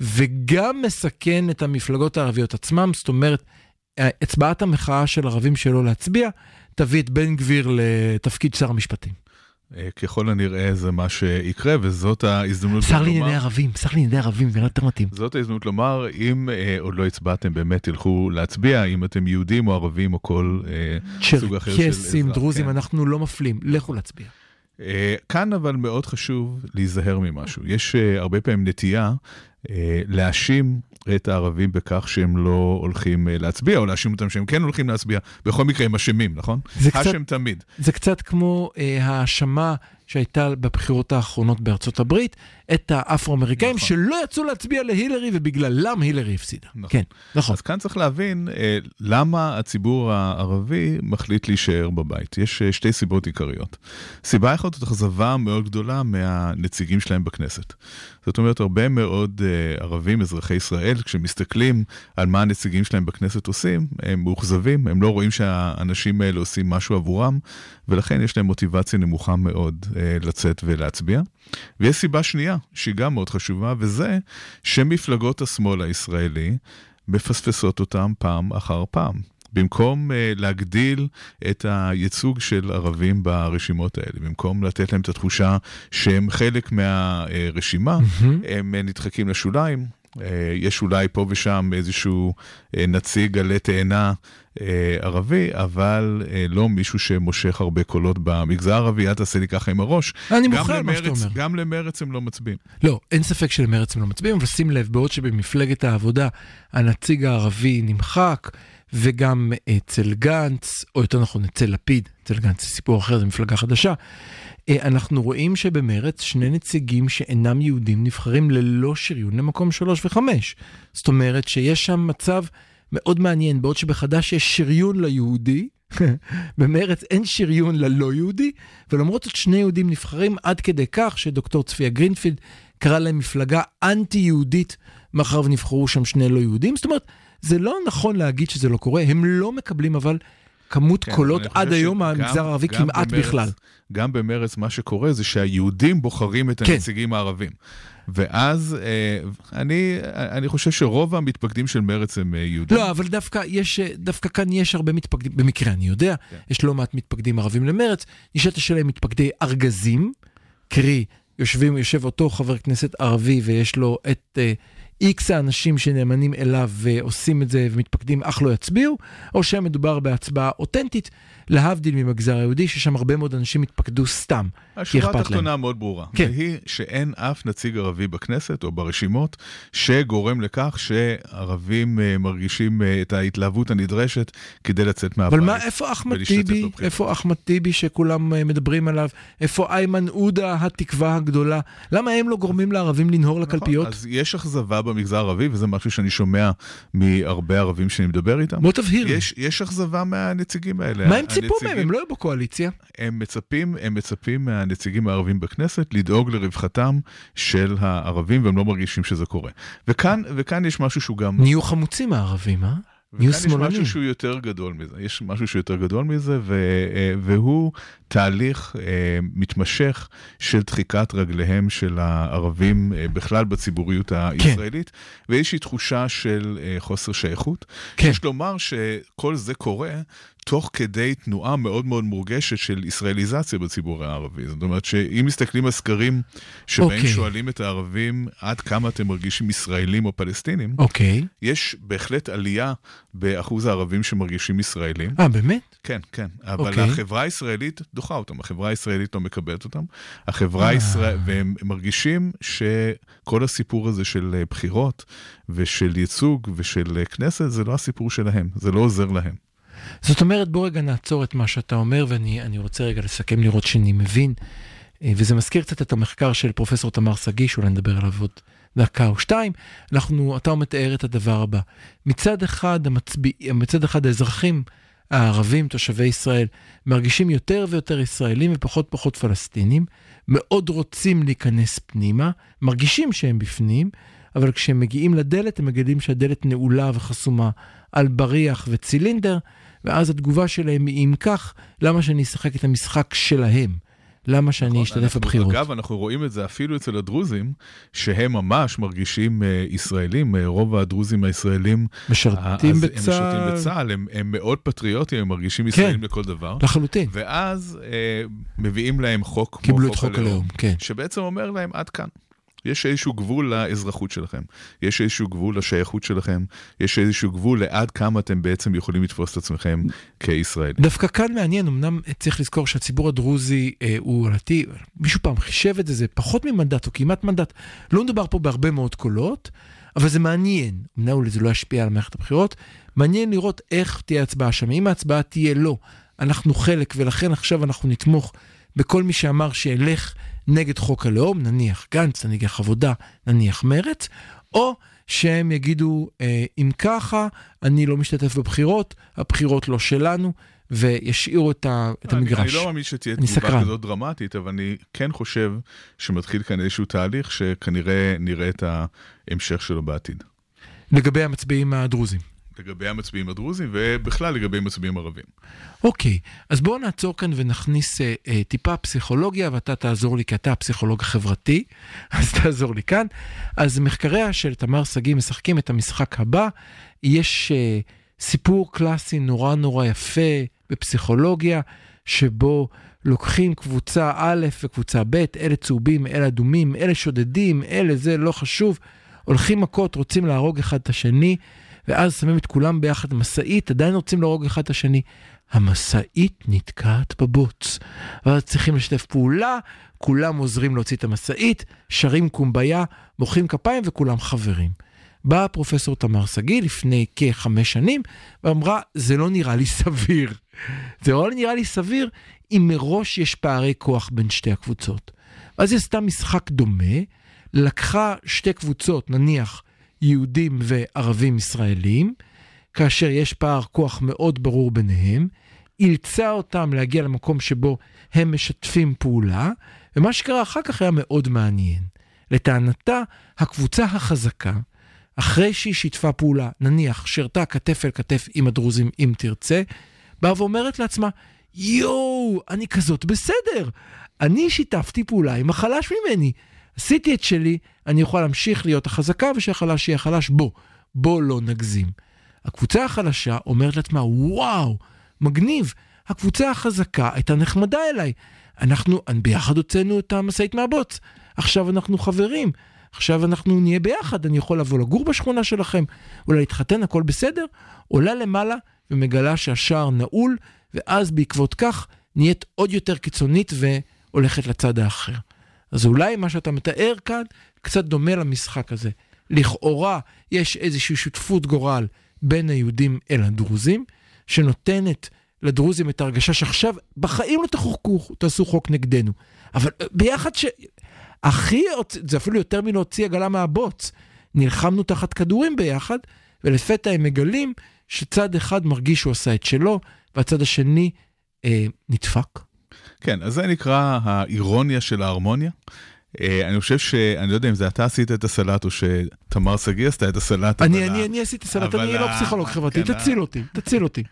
וגם מסכן את המפלגות הערביות עצמם, זאת אומרת, הצבעת המחאה של ערבים שלא להצביע, תביא את בן גביר לתפקיד שר המשפטים. ככל הנראה זה מה שיקרה, וזאת ההזדמנות שר לענייני ערבים, זה לא יותר מתאים. זאת ההזדמנות לומר, אם עוד לא הצבעתם, באמת תלכו להצביע, אם אתם יהודים או ערבים או כל סוג אחר של אזרח. צ'רקסים, דרוזים, אנחנו לא מפלים, לכו להצביע. כאן אבל מאוד חשוב להיזהר ממשהו. יש הרבה פעמים נטייה להאשים את הערבים בכך שהם לא הולכים להצביע, או להאשים אותם שהם כן הולכים להצביע. בכל מקרה הם אשמים, נכון? האשם תמיד. זה קצת כמו האשמה שהייתה בבחירות האחרונות בארצות הברית, את האפרו-אמריקאים שלא יצאו להצביע להילרי, ובגללם הילרי הפסידה. כן, נכון. אז כאן צריך להבין למה הציבור הערבי מחליט להישאר בבית. יש שתי סיבות עיקריות. סיבה אחת זאת אכזבה מאוד גדולה מהנציגים שלהם בכנסת. זאת אומרת, הרבה מאוד ערבים, אזרחי ישראל, כשמסתכלים על מה הנציגים שלהם בכנסת עושים, הם מאוכזבים, הם לא רואים שהאנשים האלה עושים משהו עבורם, ולכן יש להם מוטיבציה נמוכה מאוד לצאת ולהצביע. ויש סיבה שנייה, שהיא גם מאוד חשובה, וזה שמפלגות השמאל הישראלי מפספסות אותם פעם אחר פעם. במקום להגדיל את הייצוג של ערבים ברשימות האלה, במקום לתת להם את התחושה שהם חלק מהרשימה, הם נדחקים לשוליים, יש אולי פה ושם איזשהו נציג עלי תאנה ערבי, אבל לא מישהו שמושך הרבה קולות במגזר הערבי, אל תעשה לי ככה עם הראש. אני מוכר מה שאתה אומר. גם למרץ הם לא מצביעים. לא, אין ספק שלמרץ הם לא מצביעים, אבל שים לב, בעוד שבמפלגת העבודה הנציג הערבי נמחק, וגם אצל גנץ, או יותר נכון אצל לפיד, אצל גנץ זה סיפור אחר, זה מפלגה חדשה, אנחנו רואים שבמרץ שני נציגים שאינם יהודים נבחרים ללא שריון למקום 3 ו-5. זאת אומרת שיש שם מצב מאוד מעניין, בעוד שבחדש יש שריון ליהודי, במרץ אין שריון ללא יהודי, ולמרות זאת שני יהודים נבחרים עד כדי כך שדוקטור צפיה גרינפילד קרא להם מפלגה אנטי-יהודית, מאחר ונבחרו שם שני לא יהודים. זאת אומרת, זה לא נכון להגיד שזה לא קורה, הם לא מקבלים אבל כמות קולות עד היום המגזר הערבי כמעט בכלל. גם במרץ מה שקורה זה שהיהודים בוחרים את הנציגים הערבים. ואז אני חושב שרוב המתפקדים של מרץ הם יהודים. לא, אבל דווקא כאן יש הרבה מתפקדים, במקרה אני יודע, יש לא מעט מתפקדים ערבים למרץ, נשאלת השאלה מתפקדי ארגזים, קרי, יושב אותו חבר כנסת ערבי ויש לו את איקס האנשים שנאמנים אליו ועושים את זה ומתפקדים אך לא יצביעו, או שמדובר בהצבעה אותנטית, להבדיל ממגזר היהודי, ששם הרבה מאוד אנשים התפקדו סתם. השורה התחתונה מאוד ברורה. כן. והיא שאין אף נציג ערבי בכנסת או ברשימות, שגורם לכך שערבים מרגישים את ההתלהבות הנדרשת כדי לצאת מהבית. אבל מה, איפה אחמד טיבי שכולם מדברים עליו? איפה איימן עודה התקווה הגדולה? למה הם לא גורמים לערבים לנהור לקלפיות? אז יש אכזבה במגזר הערבי, וזה משהו שאני שומע מהרבה ערבים שאני מדבר איתם. בוא תבהיר. יש אכזבה מהנציגים האלה. מה הם ציפו מהם? הם לא היו בקואליציה. הם מצפים מהנציגים הערבים בכנסת לדאוג לרווחתם של הערבים, והם לא מרגישים שזה קורה. וכאן יש משהו שהוא גם... נהיו חמוצים הערבים, אה? נהיו שמאלנים. יש משהו שהוא יותר גדול מזה. והוא תהליך מתמשך של דחיקת רגליהם של הערבים בכלל בציבוריות הישראלית, ויש תחושה של חוסר שייכות. יש לומר שכל זה קורה תוך כדי תנועה מאוד מאוד מורגשת של ישראליזציה בציבור הערבי. זאת אומרת שאם מסתכלים על סקרים שבהם שואלים את הערבים עד כמה אתם מרגישים ישראלים או פלסטינים, יש בהחלט עלייה באחוז הערבים שמרגישים ישראלים. באמת? כן. אבל החברה הישראלית דוחה אותם, החברה הישראלית לא מקבלת אותם. החברה הישראלית, והם מרגישים שכל הסיפור הזה של בחירות ושל ייצוג ושל כנסת, זה לא הסיפור שלהם, זה לא עוזר להם. זאת אומרת, בוא רגע נעצור את מה שאתה אומר, ואני רוצה רגע לסכם לראות שאני מבין, וזה מזכיר קצת את המחקר של פרופסור תמר סגי, שאולי נדבר עליו עוד דקה או שתיים. אתה מתאר את הדבר הבא. מצד אחד האזרחים הערבים, תושבי ישראל, מרגישים יותר ויותר ישראלים ופחות פלסטינים, מאוד רוצים להיכנס פנימה, מרגישים שהם בפנים, אבל כשהם מגיעים לדלת, הם מגלים שהדלת נעולה וחסומה על בריח וצילינדר, ואז התגובה שלהם היא אם כך, למה שאני אשחק את המשחק שלהם? למה שאני אשתתף בבחירות? אגב, אנחנו רואים את זה אפילו אצל הדרוזים, שהם ממש מרגישים ישראלים, רוב הדרוזים הישראלים משרתים בצה"ל, הם מאוד פטריוטים, הם מרגישים ישראלים לכל דבר. לחלוטין. ואז מביאים להם חוק קיבלו את חוק הלאום, שבעצם אומר להם עד כאן. יש איזשהו גבול לאזרחות שלכם, יש איזשהו גבול לשייכות שלכם, יש איזשהו גבול לעד כמה אתם בעצם יכולים לתפוס את עצמכם כישראלים. דווקא כאן מעניין, אמנם צריך לזכור שהציבור הדרוזי הוא עלתי, מישהו פעם חישב את זה פחות ממנדט או כמעט מנדט, לא מדובר פה בהרבה מאוד קולות, אבל זה מעניין, אמנם זה לא ישפיע על מערכת הבחירות, מעניין לראות איך תהיה הצבעה שם, אם ההצבעה תהיה לא, אנחנו חלק ולכן עכשיו אנחנו נתמוך בכל מי שאמר שילך נגד חוק הלאום, נניח גנץ, נניח עבודה, נניח מרץ, או שהם יגידו, אם ככה, אני לא משתתף בבחירות, הבחירות לא שלנו, וישאירו את המגרש. אני לא מאמין שתהיה תגובה כזאת דרמטית, אבל אני כן חושב שמתחיל כאן איזשהו תהליך, שכנראה נראה את ההמשך שלו בעתיד. לגבי המצביעים הדרוזים. לגבי המצביעים הדרוזים, ובכלל לגבי מצביעים ערבים. אוקיי, אז בואו נעצור כאן ונכניס טיפה פסיכולוגיה, ואתה תעזור לי, כי אתה הפסיכולוג החברתי, אז תעזור לי כאן. אז מחקריה של תמר סגי משחקים את המשחק הבא, יש סיפור קלאסי נורא יפה בפסיכולוגיה, שבו לוקחים קבוצה א' וקבוצה ב', אלה צהובים, אלה אדומים, אלה שודדים, אלה זה לא חשוב, הולכים מכות, רוצים להרוג אחד את השני, ואז שמים את כולם ביחד מסעית, עדיין רוצים להרוג אחד את השני. המסעית נתקעת בבוץ. ואז צריכים לשתף פעולה, כולם עוזרים להוציא את המסעית, שרים קומביה, מוחאים כפיים וכולם חברים. באה פרופסור תמר שגיא לפני כ5 שנים, ואמרה, זה לא נראה לי סביר. זה לא נראה לי סביר אם מראש יש פערי כוח בין שתי הקבוצות. אז היא עשתה משחק דומה, לקחה שתי קבוצות, נניח יהודים וערבים ישראלים, כאשר יש פער כוח מאוד ברור ביניהם, אילצה אותם להגיע למקום שבו הם משתפים פעולה, ומה שקרה אחר כך היה מאוד מעניין. לטענתה, הקבוצה החזקה, אחרי שהיא שיתפה פעולה, נניח, שרתה כתף אל כתף עם הדרוזים אם תרצה, באה ואומרת לעצמה, יואו, אני כזאת בסדר. אני שיתפתי פעולה עם החלש ממני. עשיתי את שלי, אני יכול להמשיך להיות החזקה, ושהחלש יהיה החלש, בוא לא נגזים. הקבוצה החלשה אומרת לעצמה, וואו, מגניב, הקבוצה החזקה הייתה נחמדה אליי. אנחנו ביחד הוצאנו את המסעית מהבוץ. עכשיו אנחנו חברים. עכשיו אנחנו נהיה ביחד. אני יכול לבוא לגור בשכונה שלכם, אולי להתחתן, הכל בסדר. עולה למעלה ומגלה שהשער נעול, ואז בעקבות כך נהיית עוד יותר קיצונית והולכת לצד האחר. אז אולי מה שאתה מתאר כאן קצת דומה למשחק הזה. לכאורה יש איזושהי שותפות גורל בין היהודים אל הדרוזים, שנותנת לדרוזים את הרגשה שעכשיו בחיים לא תעשו חוק נגדנו. אבל ביחד זה אפילו יותר מלהוציא עגלה מהבוץ. נלחמנו תחת כדורים ביחד, ולפתע הם מגלים שצד אחד מרגיש שהוא עשה את שלו, והצד השני נדפק. כן, אז זה נקרא האירוניה של ההרמוניה. אני חושב אני לא יודע אם זה אתה עשית את הסלט, או שתמר שגיא עשתה את הסלט. אני עשיתי את הסלט, אני לא פסיכולוג חברתי, תציל אותי.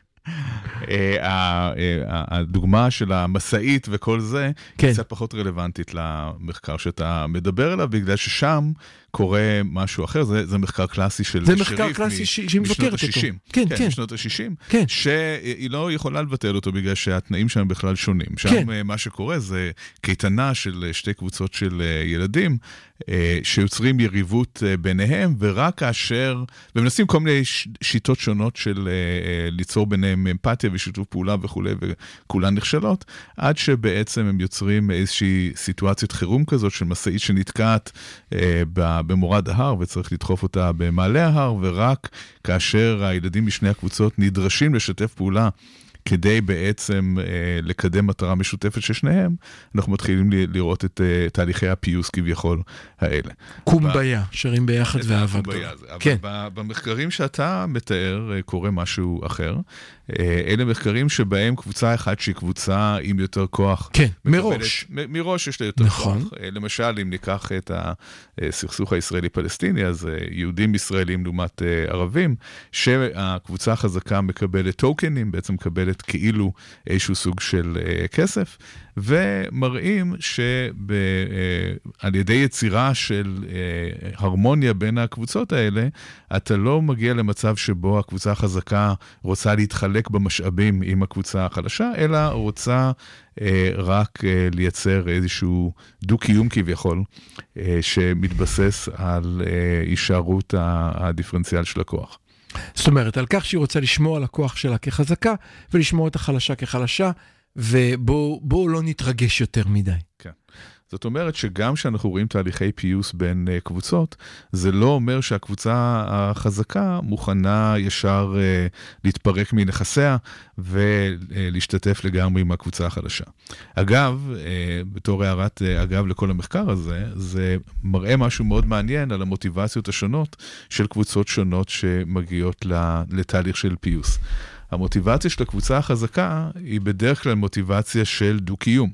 הדוגמה של המסעית וכל זה, קצת פחות רלוונטית למחקר שאתה מדבר עליו, בגלל ששם קורה משהו אחר, זה מחקר קלאסי של שריף. זה מחקר קלאסי שהיא מבקרת אותו. כן, משנות ה-60. שהיא לא יכולה לבטל אותו, בגלל שהתנאים שם בכלל שונים. שם מה שקורה זה קייטנה של שתי קבוצות של ילדים, שיוצרים יריבות ביניהם, ורק כאשר, ומנסים כל מיני שיטות שונות של ליצור ביניהם אמפתיה ושיתוף פעולה וכו', וכולן נכשלות, עד שבעצם הם יוצרים איזושהי סיטואציית חירום כזאת, של מסעית שנתקעת במורד ההר, וצריך לדחוף אותה במעלה ההר, ורק כאשר הילדים משני הקבוצות נדרשים לשתף פעולה, כדי בעצם לקדם מטרה משותפת של שניהם, אנחנו מתחילים לראות את תהליכי הפיוס כביכול האלה. קומביה, שרים ביחד ואהבה גדולה. אבל במחקרים שאתה מתאר קורה משהו אחר. אלה מחקרים שבהם קבוצה אחת שהיא קבוצה עם יותר כוח. כן, מראש. מראש יש לה יותר כוח. למשל, אם ניקח את הסכסוך הישראלי-פלסטיני, אז יהודים ישראלים לעומת ערבים, שהקבוצה החזקה מקבלת טוקנים, בעצם מקבלת כאילו איזשהו סוג של כסף, ומראים שעל ידי יצירה של הרמוניה בין הקבוצות האלה, אתה לא מגיע למצב שבו הקבוצה החזקה רוצה להתחלק במשאבים עם הקבוצה החלשה, אלא רוצה רק לייצר איזשהו דו-קיום כביכול, שמתבסס על הישארות הדיפרנציאל של הכוח. זאת אומרת, על כך שהיא רוצה לשמור על הכוח שלה כחזקה, ולשמור את החלשה כחלשה, ובואו לא נתרגש יותר מדי. כן. זאת אומרת שגם שאנחנו רואים תהליכי פיוס בין קבוצות, זה לא אומר שהקבוצה החזקה מוכנה ישר להתפרק מנכסיה ולהשתתף לגמרי עם הקבוצה החדשה. אגב, בתור הערת אגב לכל המחקר הזה, זה מראה משהו מאוד מעניין על המוטיבציות השונות של קבוצות שונות שמגיעות לתהליך של פיוס. המוטיבציה של הקבוצה החזקה היא בדרך כלל מוטיבציה של דו-קיום.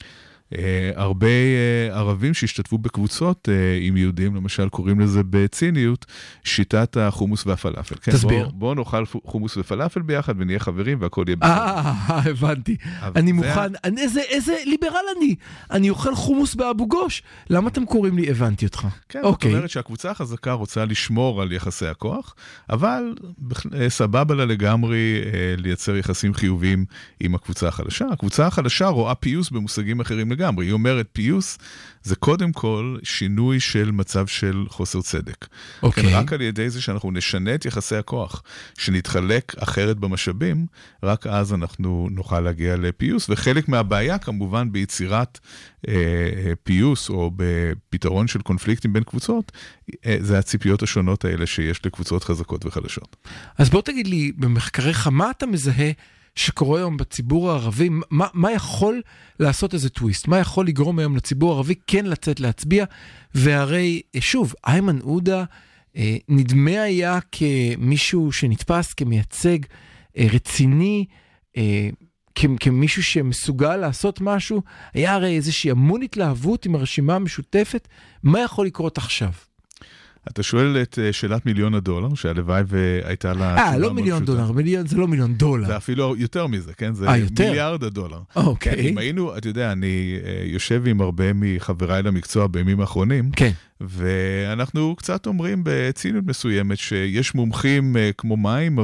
הרבה ערבים שהשתתפו בקבוצות עם יהודים, למשל קוראים לזה בציניות, שיטת החומוס והפלאפל. תסביר. בואו נאכל חומוס ופלאפל ביחד ונהיה חברים והכל יהיה בסדר. הבנתי. אני מוכן, איזה ליברל אני אוכל חומוס באבו גוש. למה אתם קוראים לי? הבנתי אותך. כן, זאת אומרת שהקבוצה החזקה רוצה לשמור על יחסי הכוח, אבל סבבה לה לגמרי לייצר יחסים חיוביים עם הקבוצה החלשה. הקבוצה החלשה רואה פיוס במושגים אחרים לגמרי. היא אומרת, פיוס זה קודם כל שינוי של מצב של חוסר צדק. כן, רק על ידי זה שאנחנו נשנה את יחסי הכוח, שנתחלק אחרת במשאבים, רק אז אנחנו נוכל להגיע לפיוס, וחלק מהבעיה כמובן ביצירת פיוס או בפתרון של קונפליקטים בין קבוצות, זה הציפיות השונות האלה שיש לקבוצות חזקות וחלשות. אז בוא תגיד לי, במחקריך, מה אתה מזהה שקורה היום בציבור הערבי? מה יכול לעשות איזה טוויסט? מה יכול לגרום היום לציבור הערבי כן לצאת להצביע? והרי, שוב, איימן עודה נדמה היה כמישהו שנתפס כמייצג רציני, כמישהו שמסוגל לעשות משהו, היה הרי איזושהי המון התלהבות עם הרשימה המשותפת. מה יכול לקרות עכשיו? אתה שואל את שאלת $1,000,000, שהלוואי והייתה לה... לא $1,000,000, זה לא $1,000,000. זה אפילו יותר מזה, כן? זה $1,000,000,000. אוקיי. אם היינו, אתה יודע, אני יושב עם הרבה מחבריי למקצוע בימים האחרונים, כן. ואנחנו קצת אומרים בציניות מסוימת שיש מומחים כמו מים,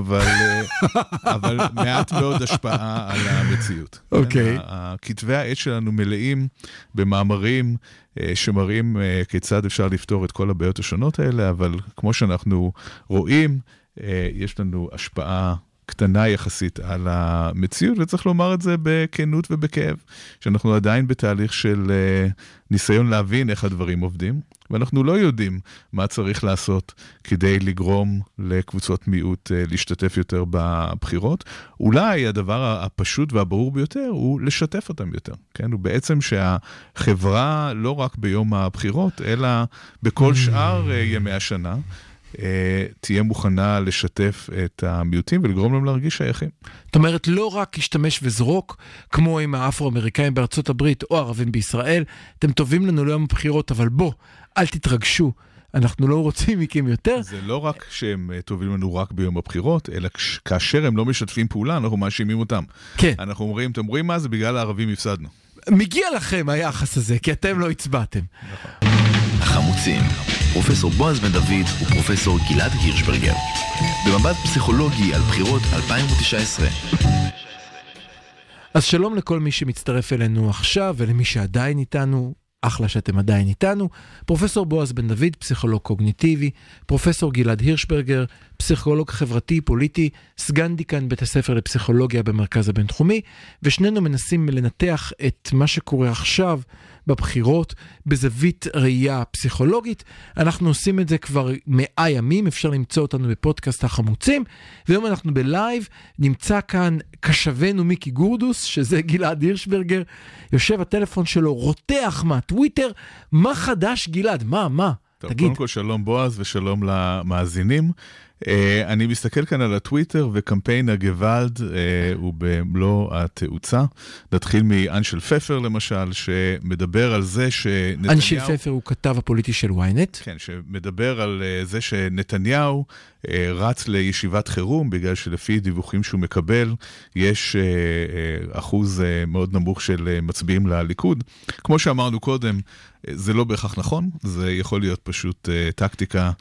אבל מעט מאוד השפעה על המציאות. אוקיי. כתבי העת שלנו מלאים במאמרים שמראים כיצד אפשר לפתור את כל הבעיות השונות האלה, אבל כמו שאנחנו רואים, יש לנו השפעה קטנה יחסית על המציאות, וצריך לומר את זה בכנות ובכאב, שאנחנו עדיין בתהליך של ניסיון להבין איך הדברים עובדים, ואנחנו לא יודעים מה צריך לעשות כדי לגרום לקבוצות מיעוט להשתתף יותר בבחירות. אולי הדבר הפשוט והברור ביותר הוא לשתף אותם יותר. כן? הוא בעצם שהחברה לא רק ביום הבחירות, אלא בכל שאר ימי השנה, תהיה מוכנה לשתף את המיעוטים ולגרום להם להרגיש שייכים. זאת אומרת, לא רק להשתמש וזרוק, כמו עם האפרו-אמריקאים בארצות הברית או ערבים בישראל, אתם טובים לנו ליום הבחירות, אבל בוא, אל תתרגשו, אנחנו לא רוצים מכם יותר. זה לא רק שהם טובים לנו רק ביום הבחירות, אלא כאשר הם לא משתפים פעולה, אנחנו מאשימים אותם. כן. אנחנו אומרים, אתם רואים מה? זה בגלל הערבים הפסדנו. מגיע לכם היחס הזה, כי אתם לא הצבעתם. נכון. החמוצים, פרופסור בועז בן דוד ופרופסור גלעד הירשברגר. במבט פסיכולוגי על בחירות 2019. אז שלום לכל מי שמצטרף אלינו עכשיו, ולמי שעדיין איתנו, אחלה שאתם עדיין איתנו. פרופסור בועז בן דוד, פסיכולוג קוגניטיבי, פרופסור גלעד הירשברגר, פסיכולוג חברתי פוליטי, סגן דיקן בית הספר לפסיכולוגיה במרכז הבינתחומי, ושנינו מנסים לנתח את מה שקורה עכשיו בבחירות בזווית ראייה פסיכולוגית. אנחנו עושים את זה כבר 100 ימים, אפשר למצוא אותנו בפודקאסט החמוצים, והיום אנחנו בלייב, נמצא כאן קשבנו מיקי גורדוס, שזה גלעד הירשברגר, יושב הטלפון שלו, רותח מהטוויטר, מה חדש גלעד? מה? טוב, תגיד. קודם כל שלום בועז ושלום למאזינים. אני מסתכל כאן על הטוויטר, וקמפיין הגוואלד הוא במלוא התאוצה. נתחיל מאנשל פפר למשל, שמדבר על זה שנתניהו... אנשל פפר הוא כתב הפוליטי של וויינט. כן, שמדבר על זה שנתניהו רץ לישיבת חירום, בגלל שלפי דיווחים שהוא מקבל, יש אחוז מאוד נמוך של מצביעים לליכוד. כמו שאמרנו קודם, זה לא בהכרח נכון, זה יכול להיות פשוט טקטיקה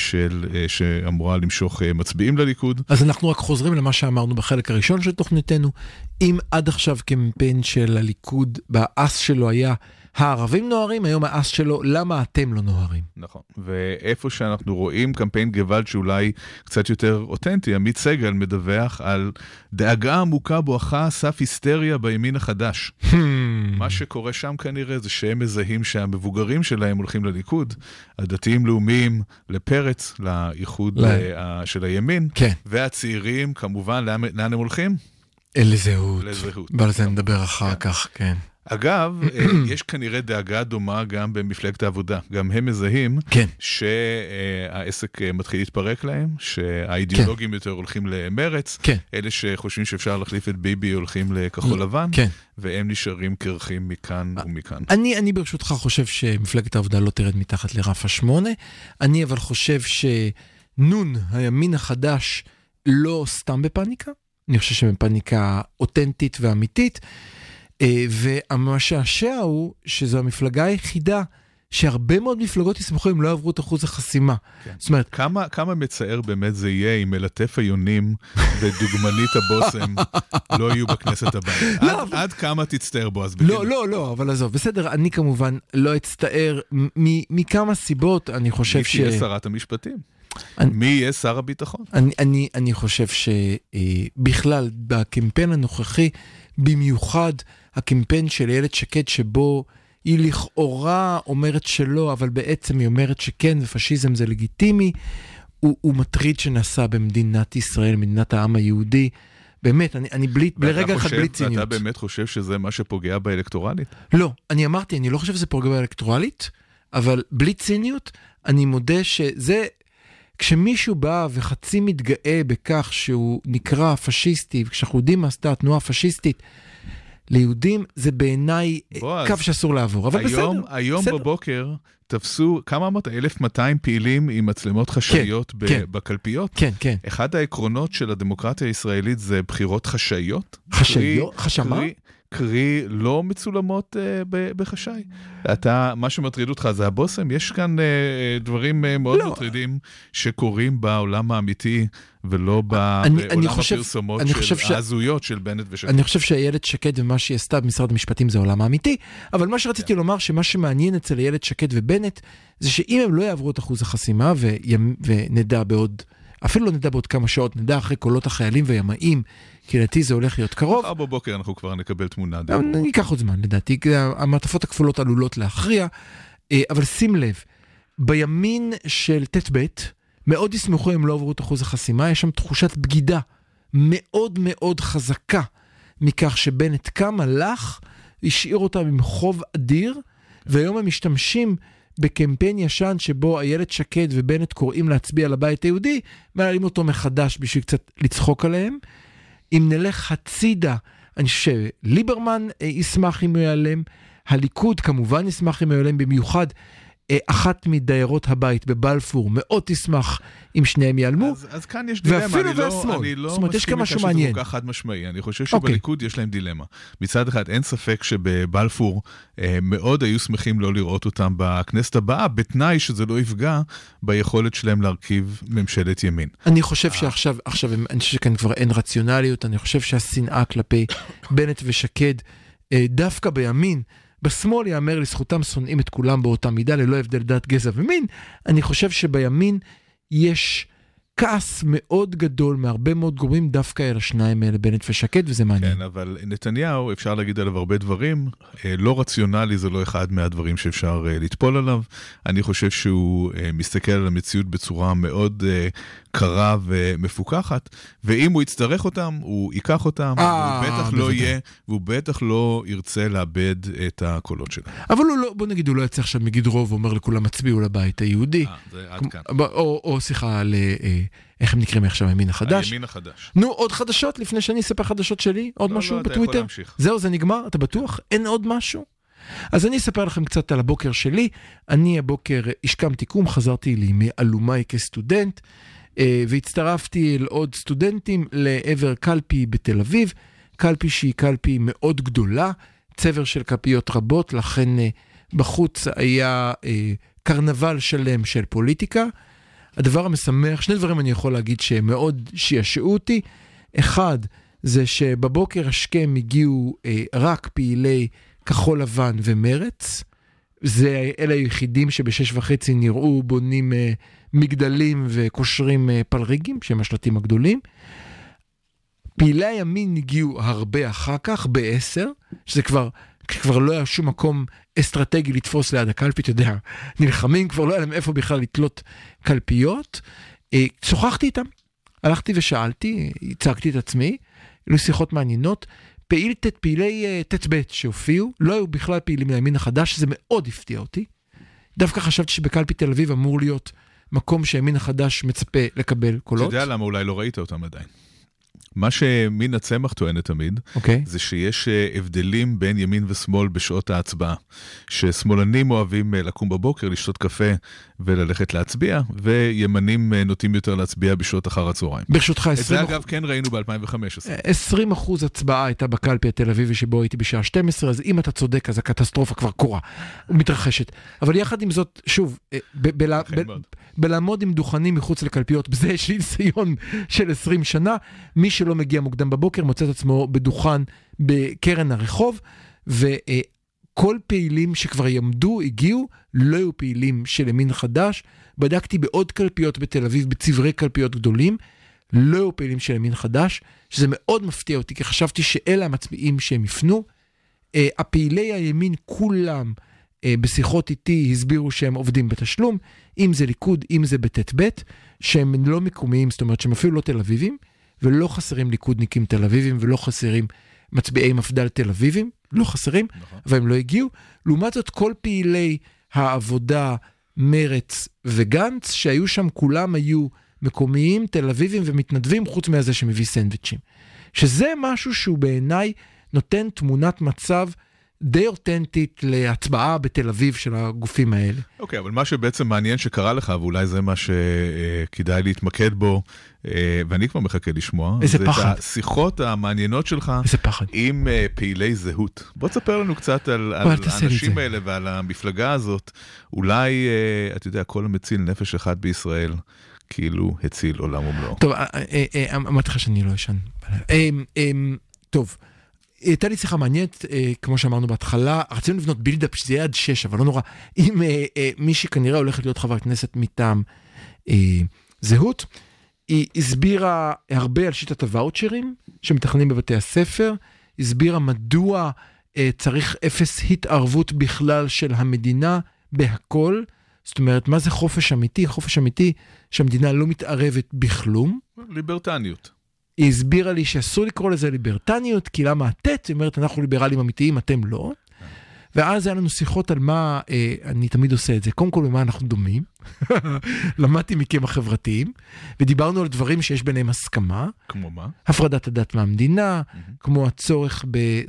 שאמורה למשוך מצביעים לליכוד. אז אנחנו רק חוזרים למה שאמרנו בחלק הראשון של תוכניתנו. אם עד עכשיו קמפיין של הליכוד, באס שלו היה הערבים נוהרים, היום האס שלו, למה אתם לא נוהרים? נכון, ואיפה שאנחנו רואים קמפיין גוואלד שאולי קצת יותר אותנטי, עמית סגל מדווח על דאגה עמוקה בואכה סף היסטריה בימין החדש. מה שקורה שם כנראה זה שהם מזהים שהמבוגרים שלהם הולכים לליכוד, הדתיים לאומיים לפרץ, לאיחוד של הימין, כן. והצעירים כמובן, לאן הם הולכים? לזהות. לזהות. ועל זה נדבר אחר כך, כן. אגב, יש כנראה דאגה דומה גם במפלגת העבודה. גם הם מזהים כן. שהעסק מתחיל להתפרק להם, שהאידיאולוגים כן. יותר הולכים למרץ, כן. אלה שחושבים שאפשר להחליף את ביבי הולכים לכחול לבן, כן. והם נשארים קרחים מכאן ומכאן. אני ברשותך חושב שמפלגת העבודה לא תרד מתחת לרף 8, אני אבל חושב שנון, הימין החדש, לא סתם בפניקה, אני חושב שבפניקה אותנטית ואמיתית, והמשעשע הוא שזו המפלגה היחידה שהרבה מאוד מפלגות יסמכו אם לא עברו את אחוז החסימה. כן. זאת אומרת, כמה מצער באמת זה יהיה אם מלטף היונים ודוגמנית הבוסם לא יהיו בכנסת הבאה. עד כמה תצטער בו אז? לא, אבל עזוב, בסדר, אני כמובן לא אצטער מכמה סיבות, אני חושב מי תהיה שרת המשפטים? מי יהיה שר הביטחון? אני חושב שבכלל בקמפיין הנוכחי, במיוחד הקמפיין של איילת שקד שבו היא לכאורה אומרת שלא, אבל בעצם היא אומרת שכן, ופשיזם זה לגיטימי, הוא מטריד שנעשה במדינת ישראל, מדינת העם היהודי. באמת, אני לרגע אחד בלי ציניות. אתה באמת חושב שזה מה שפוגע באלקטורלית? לא, אני אמרתי, אני לא חושב שזה פוגע באלקטורלית, אבל בלי ציניות, אני מודה שזה, כשמישהו בא וחצי מתגאה בכך שהוא נקרא פשיסטי, וכשאנחנו יודעים מה עשתה התנועה הפשיסטית, ליהודים זה בעיניי קו שאסור לעבור, אבל בסדר. היום בבוקר תפסו, כמה אמרת? 1200 פעילים עם מצלמות חשאיות בקלפיות? כן, כן. אחד העקרונות של הדמוקרטיה הישראלית זה בחירות חשאיות. חשאיות? חשמה? קרי לא מצולמות בחשאי. מה שמטריד אותך זה הבוסם, יש כאן דברים מאוד מטרידים שקורים בעולם האמיתי, ולא בעולם הפרסומות של העזויות של בנט ושקד. אני חושב שאיילת שקד ומה שהיא עשתה במשרד המשפטים זה העולם האמיתי, אבל מה שרציתי לומר שמה שמעניין אצל איילת שקד ובנט, זה שאם הם לא יעברו את אחוז החסימה, ונדע בעוד, אפילו לא נדע בעוד כמה שעות, נדע אחרי קולות החיילים וימאים, כי לדעתי זה הולך להיות קרוב. מחר בבוקר אנחנו כבר נקבל תמונה. ניקח עוד זמן, לדעתי. המעטפות הכפולות עלולות להכריע, אבל שים לב, בימין של תת-בית, מאוד ישמחו אם לא עברו את אחוז החסימה, יש שם תחושת בגידה מאוד מאוד חזקה, מכך שבנט קם, הלך, השאיר אותם עם חוב אדיר, והיום הם משתמשים בקמפיין ישן שבו איילת שקד ובנט קוראים להצביע לבית היהודי, מעלים אותו מחדש בשביל קצת לצחוק עליהם. אם נלך הצידה, אני חושב שליברמן ישמח אם הוא יעלם, הליכוד כמובן ישמח אם הוא יעלם, במיוחד אחת מדיירות הבית בבלפור מאוד תשמח אם שניהם יעלמו. אז כאן יש דילמה, ואפילו והשמאל. אני לא מסכים איתה שזה כל כך חד משמעי. אני חושב שבליכוד יש להם דילמה. מצד אחד אין ספק שבבלפור מאוד היו שמחים לא לראות אותם בכנסת הבאה, בתנאי שזה לא יפגע ביכולת שלהם להרכיב ממשלת ימין. אני חושב שעכשיו, אני חושב שכאן כבר אין רציונליות, אני חושב שהשנאה כלפי בנט ושקד, דווקא בימין, בשמאל יאמר לזכותם שונאים את כולם באותה מידה, ללא הבדל דת, גזע ומין. אני חושב שבימין יש כעס מאוד גדול מהרבה מאוד גורמים דווקא אל השניים האלה, בנט ושקד, וזה מעניין. כן, אבל נתניהו, אפשר להגיד עליו הרבה דברים, לא רציונלי זה לא אחד מהדברים שאפשר לטפול עליו. אני חושב שהוא מסתכל על המציאות בצורה מאוד קרה ומפוקחת, ואם הוא יצטרך אותם, הוא ייקח אותם, והוא בטח לא יהיה, והוא בטח לא ירצה לאבד את הקולות שלו. אבל בוא נגיד, הוא לא יצא עכשיו מגדרו ואומר לכולם הצביעו לבית היהודי. זה עד כאן. או שיחה על איך הם נקראים עכשיו, הימין החדש. הימין החדש. נו, עוד חדשות לפני שאני אספר חדשות שלי? עוד משהו בטוויטר? זהו, זה נגמר? אתה בטוח? אין עוד משהו? אז אני אספר לכם קצת על הבוקר שלי. אני הבוקר השכמתי קום, חזרתי לי מאלומי כסטודנט, והצטרפתי אל עוד סטודנטים לעבר קלפי בתל אביב, קלפי שהיא קלפי מאוד גדולה, צבר של קלפיות רבות, לכן בחוץ היה קרנבל שלם של פוליטיקה. הדבר המשמח, שני דברים אני יכול להגיד שמאוד שישעו אותי. אחד, זה שבבוקר השכם הגיעו רק פעילי כחול לבן ומרץ, אלה היחידים שב6:30 נראו בונים מגדלים וקושרים פלריגים, שהם השלטים הגדולים. פעילי הימין הגיעו הרבה אחר כך, ב10, שזה כבר לא היה שום מקום אסטרטגי לתפוס ליד הקלפי, אתה יודע, נלחמים, כבר לא היה להם איפה בכלל לתלות קלפיות. שוחחתי איתם, הלכתי ושאלתי, הצגתי את עצמי, היו שיחות מעניינות, פעילי תת-בית שהופיעו, לא היו בכלל פעילים לימין החדש, שזה מאוד הפתיע אותי. דווקא חשבתי שבקלפי תל אביב אמור להיות מקום שהימין החדש מצפה לקבל קולות. אתה יודע למה אולי לא ראית אותם עדיין? מה שמין הצמח טוענת תמיד, זה שיש הבדלים בין ימין ושמאל בשעות ההצבעה. ששמאלנים אוהבים לקום בבוקר, לשתות קפה וללכת להצביע, וימנים נוטים יותר להצביע בשעות אחר הצהריים. ברשותך, את זה אגב כן ראינו ב-2015. 20% הצבעה הייתה בקלפי התל אביבי שבו הייתי בשעה 12, אז אם אתה צודק, אז הקטסטרופה כבר קורה, מתרחשת. אבל יחד עם זאת, שוב, בלעמוד עם דוכנים מחוץ לקלפיות, בזה יש לי ניסיון של 20 שנה, מי שלא מגיע מוקדם בבוקר מוצא את עצמו בדוכן בקרן הרחוב, וכל פעילים שכבר ימדו, הגיעו, לא היו פעילים של ימין חדש, בדקתי בעוד קלפיות בתל אביב, בצברי קלפיות גדולים, לא היו פעילים של ימין חדש, שזה מאוד מפתיע אותי, כי חשבתי שאלה המצביעים שהם יפנו. הפעילי הימין כולם בשיחות איתי הסבירו שהם עובדים בתשלום, אם זה ליכוד, אם זה בתת בית, שהם לא מקומיים, זאת אומרת שהם אפילו לא תל אביבים, ולא חסרים ליכודניקים תל אביבים, ולא חסרים מצביעי מפד"ל תל אביבים, לא חסרים, אבל הם לא הגיעו. לעומת זאת, כל פעילי העבודה, מרץ וגנץ, שהיו שם, כולם היו מקומיים, תל אביבים ומתנדבים, חוץ מהזה שמביא סנדוויצ'ים. שזה משהו שהוא בעיניי נותן תמונת מצב די אותנטית להצבעה בתל אביב של הגופים האלה. אוקיי, אבל מה שבעצם מעניין שקרה לך, ואולי זה מה שכדאי להתמקד בו, ואני כבר מחכה לשמוע, איזה זה פחד. את השיחות המעניינות שלך עם פעילי זהות. בוא תספר לנו קצת על האנשים האלה ועל המפלגה הזאת. אולי, אתה יודע, כל המציל נפש אחד בישראל, כאילו הציל עולם ומלואו. טוב, אמרתי לך שאני לא ישן. טוב, הייתה לי שיחה מעניינת, כמו שאמרנו בהתחלה, רצינו לבנות בילדאפ שזה יהיה עד 6, אבל לא נורא, עם מי שכנראה הולכת להיות חבר כנסת מטעם זהות, היא הסבירה הרבה על שיטת הוואוצ'רים שמתכננים בבתי הספר, הסבירה מדוע צריך אפס התערבות בכלל של המדינה בהכל, זאת אומרת, מה זה חופש אמיתי? חופש אמיתי שהמדינה לא מתערבת בכלום. ליברטניות. היא הסבירה לי שאסור לקרוא לזה ליברטניות, כי למה התת, היא אומרת, אנחנו ליברלים אמיתיים, אתם לא. ואז היה לנו שיחות על מה, אני תמיד עושה את זה, קודם כל במה אנחנו דומים, למדתי מכם החברתיים, ודיברנו על דברים שיש ביניהם הסכמה. כמו מה? הפרדת הדת מהמדינה, כמו הצורך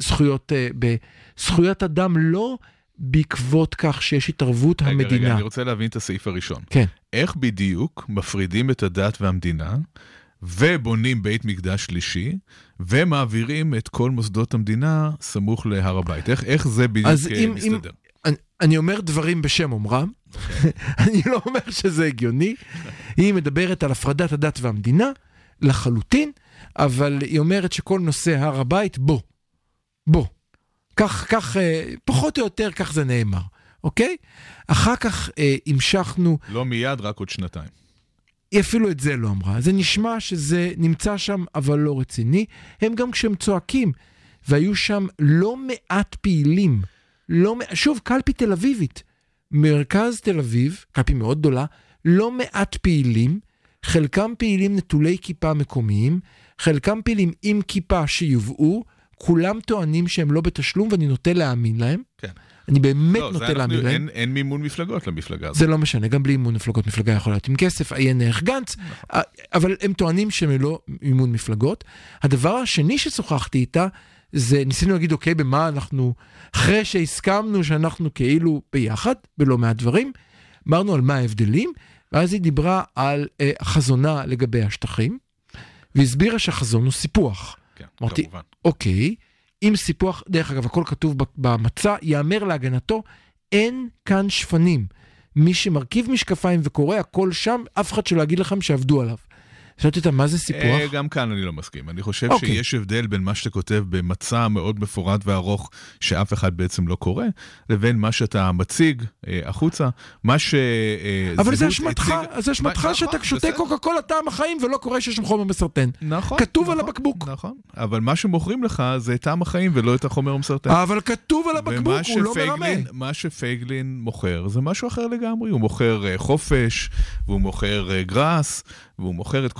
בזכויות אדם, לא בעקבות כך שיש התערבות המדינה. רגע, אני רוצה להבין את הסעיף הראשון. כן. איך בדיוק מפרידים את הדת והמדינה, ובונים בית מקדש שלישי, ומעבירים את כל מוסדות המדינה סמוך להר הבית. איך זה בדיוק מסתדר? אני אומר דברים בשם אומרם, אני לא אומר שזה הגיוני, היא מדברת על הפרדת הדת והמדינה, לחלוטין, אבל היא אומרת שכל נושא הר הבית, בוא. כך, פחות או יותר כך זה נאמר, אוקיי? אחר כך המשכנו... לא מיד, רק עוד שנתיים. היא אפילו את זה לא אמרה. זה נשמע שזה נמצא שם, אבל לא רציני. הם גם כשהם צועקים, והיו שם לא מעט פעילים, שוב, קלפי תל אביבית, מרכז תל אביב, קלפי מאוד גדולה, לא מעט פעילים, חלקם פעילים נטולי כיפה מקומיים, חלקם פעילים עם כיפה שיובאו, כולם טוענים שהם לא בתשלום, ואני נוטה להאמין להם. כן. אני באמת נוטה להאמין להם. אין מימון מפלגות למפלגה הזאת. זה לא משנה, גם בלי מימון מפלגות, מפלגה יכולה להיות עם כסף, עיין ערך גנץ, אבל הם טוענים שהם לא מימון מפלגות. הדבר השני ששוחחתי איתה, זה ניסינו להגיד, אוקיי, במה אנחנו, אחרי שהסכמנו שאנחנו כאילו ביחד, בלא מעט דברים, אמרנו על מה ההבדלים, ואז היא דיברה על חזונה לגבי השטחים, והסבירה שהחזון הוא סיפוח. כן, אמרתי, כמובן. אוקיי, עם סיפוח, דרך אגב, הכל כתוב במצע, יאמר להגנתו, אין כאן שפנים. מי שמרכיב משקפיים וקורא, הכל שם, אף אחד שלא יגיד לכם שעבדו עליו. שאלתי אותה, מה זה סיפוח? גם כאן אני לא מסכים. אני חושב שיש הבדל בין מה שאתה כותב במצע מאוד מפורט וארוך, שאף אחד בעצם לא קורא, לבין מה שאתה מציג החוצה, מה ש... אבל זה אשמתך שאתה שותה קוקה קולה טעם החיים, ולא קורא שיש שם חומר מסרטן. נכון. כתוב על הבקבוק. נכון. אבל מה שמוכרים לך זה טעם החיים ולא את החומר המסרטן. אבל כתוב על הבקבוק, הוא לא מרמה. מה שפייגלין מוכר זה משהו אחר לגמרי. הוא מוכר חופש, והוא מוכר גרס, והוא מוכר את כל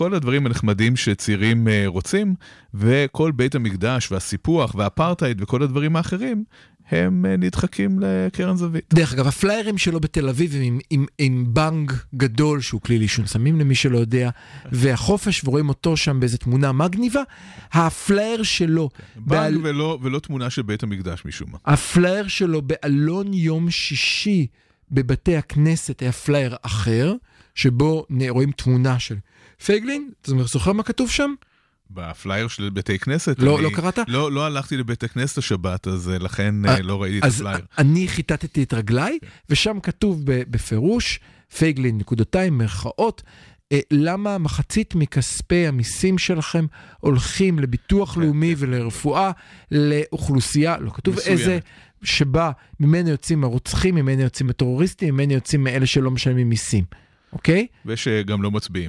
כל הדברים הנחמדים שצעירים רוצים, וכל בית המקדש והסיפוח והאפרטהייד וכל הדברים האחרים, הם נדחקים לקרן זווית. דרך אגב, הפליירים שלו בתל אביב עם בנג גדול, שהוא כלי לישון סמים למי שלא יודע, והחופש, ורואים אותו שם באיזו תמונה מגניבה, הפלייר שלו... בנג ולא תמונה של בית המקדש משום מה. הפלייר שלו באלון יום שישי בבתי הכנסת היה פלייר אחר, שבו רואים תמונה של פייגלין, אתה זוכר מה כתוב שם? בפלייר של ביתי כנסת. לא קראת? לא הלכתי לבית הכנסת השבת, אז לכן לא ראיתי את הפלייר. אז אני חיטטתי את רגליי, ושם כתוב בפירוש, פייגלין, נקודתיים, מרכאות, למה מחצית מכספי המיסים שלכם הולכים לביטוח לאומי ולרפואה, לאוכלוסייה, לא כתוב איזה, שבה ממנו יוצאים הרוצחים, ממנו יוצאים הטרוריסטים, ממנו יוצאים מאלה שלא משלמים מיסים. אוקיי? ושגם לא מצביעים.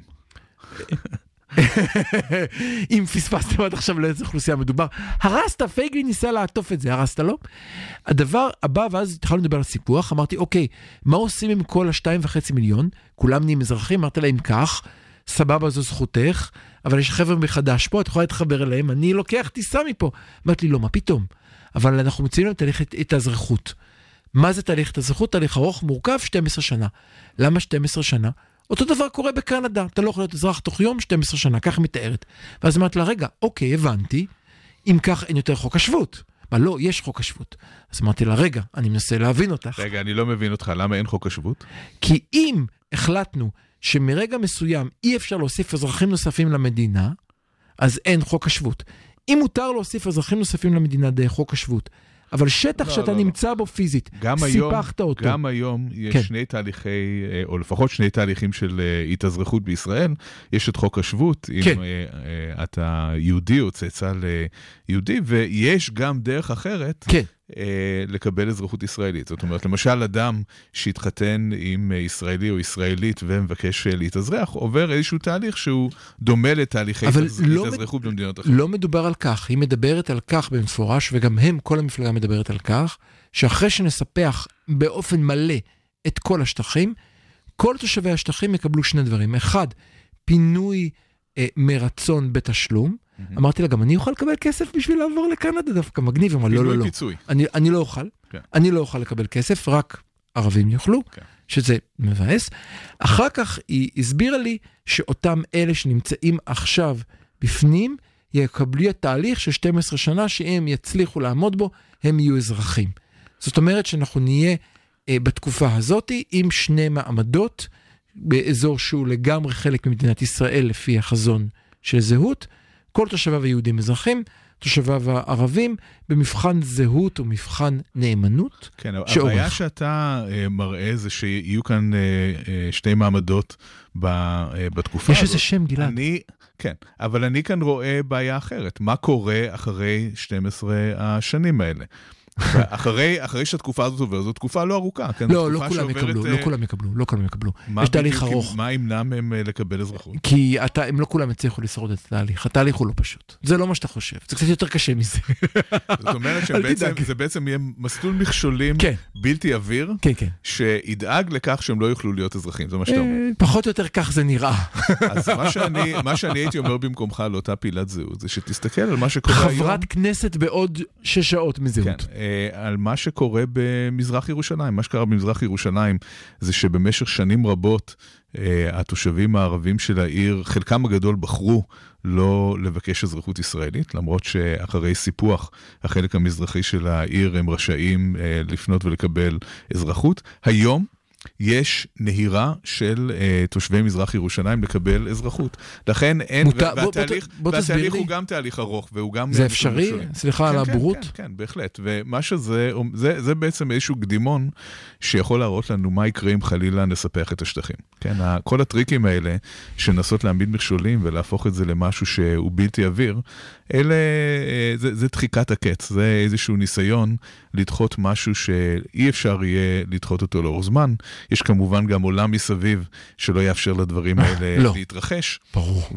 אם פספסתם עד עכשיו לאיזו אוכלוסייה מדובר, הרסת, פייגלין ניסה לעטוף את זה, הרסת לו. הדבר הבא, ואז התחלנו לדבר על סיפוח, אמרתי, אוקיי, מה עושים עם כל 2.5 מיליון? כולם נהיים אזרחים, אמרתי להם כך, סבבה זו זכותך, אבל יש חבר'ה מחדש פה, את יכולה להתחבר אליהם, אני לוקח טיסה מפה. אמרתי לי, לא, מה פתאום? אבל אנחנו מציעים להם תהליך את האזרחות. מה זה תהליך את האזרחות? תהליך ארוך, מורכב, 12 שנה. למה 12 שנה? אותו דבר קורה בקנדה, אתה לא יכול להיות אזרח תוך יום 12 שנה, כך מתארת. ואז אמרת לה, רגע, אוקיי, הבנתי, אם כך אין יותר חוק השבות. אבל לא, יש חוק השבות. אז אמרתי לה, רגע, אני מנסה להבין אותך. רגע, אני לא מבין אותך, למה אין חוק השבות? כי אם החלטנו שמרגע מסוים אי אפשר להוסיף אזרחים נוספים למדינה, אז אין חוק השבות. אם מותר להוסיף אזרחים נוספים למדינה דרך חוק השבות, אבל שטח שאתה נמצא בו פיזית, סיפחת אותו. גם היום יש שני תהליכי, או לפחות שני תהליכים של התאזרחות בישראל. יש את חוק השבות, אם אתה יהודי או צאצא ליהודי, ויש גם דרך אחרת לקבל אזרחות ישראלית. זאת אומרת, למשל, אדם שהתחתן עם ישראלי או ישראלית ומבקש להתאזרח, עובר איזשהו תהליך שהוא דומה לתהליכי התאזרחות במדינות אחרות. לא מדובר על כך. היא מדברת על כך במפורש, וגם הם, כל המפלגה מדברת על כך, שאחרי שנספח באופן מלא את כל השטחים, כל תושבי השטחים יקבלו שני דברים. אחד, פינוי מרצון בתשלום. אמרתי לה, גם אני אוכל לקבל כסף בשביל לעבור לקנדה דווקא, מגניב, אבל לא. אני לא אוכל. אני לא אוכל לקבל כסף, רק ערבים יוכלו, שזה מבאס. אחר כך היא הסבירה לי שאותם אלה שנמצאים עכשיו בפנים, יקבלו את תהליך של 12 שנה שהם יצליחו לעמוד בו, הם יהיו אזרחים. זאת אומרת שאנחנו נהיה בתקופה הזאת עם שני מעמדות, באזור שהוא לגמרי חלק ממדינת ישראל לפי החזון של זהות, כל תושביו היהודים אזרחים, תושביו הערבים, במבחן זהות או מבחן נאמנות. כן, הבעיה שאתה מראה זה שיהיו כאן שתי מעמדות בתקופה הזאת. יש איזה שם, גלעד. כן, אבל אני כאן רואה בעיה אחרת. מה קורה אחרי 12 השנים האלה? אחרי שהתקופה הזאת עוברת, זו תקופה לא ארוכה. לא כולם יקבלו. יש תהליך ארוך. מה ימנע מהם לקבל אזרחות? כי הם לא כולם יצליחו לשרוד את התהליך. התהליך הוא לא פשוט. זה לא מה שאתה חושב. זה קצת יותר קשה מזה. זאת אומרת שזה בעצם יהיה מסלול מכשולים בלתי עביר, שידאג לכך שהם לא יוכלו להיות אזרחים. זה מה שאתה אומר. פחות או יותר כך זה נראה. אז מה שאני הייתי אומר במקומך לאותה פעילת זהות, זה שתסתכל על מה שקורה היום. חברת כנסת בעוד 6 שעות מזהות. על מה שקורה במזרח ירושלים. מה שקרה במזרח ירושלים זה שבמשך שנים רבות התושבים הערבים של העיר, חלקם הגדול בחרו לא לבקש אזרחות ישראלית, למרות שאחרי סיפוח החלק המזרחי של העיר הם רשאים לפנות ולקבל אזרחות. היום יש נהירה של תושבי מזרח ירושלים לקבל אזרחות. לכן אין, והתהליך הוא גם תהליך ארוך, והוא גם... זה אפשרי? סליחה על הבורות? כן, בהחלט. ומה שזה, זה בעצם איזשהו קדימון שיכול להראות לנו מה יקרה אם חלילה נספח את השטחים. כן, כל הטריקים האלה שנסות להעמיד מכשולים ולהפוך את זה למשהו שהוא בלתי עביר, זה דחיקת הקץ, זה איזשהו ניסיון לדחות משהו שאי אפשר יהיה לדחות אותו לאור זמן. יש כמובן גם עולם מסביב שלא יאפשר לדברים האלה להתרחש. ברור.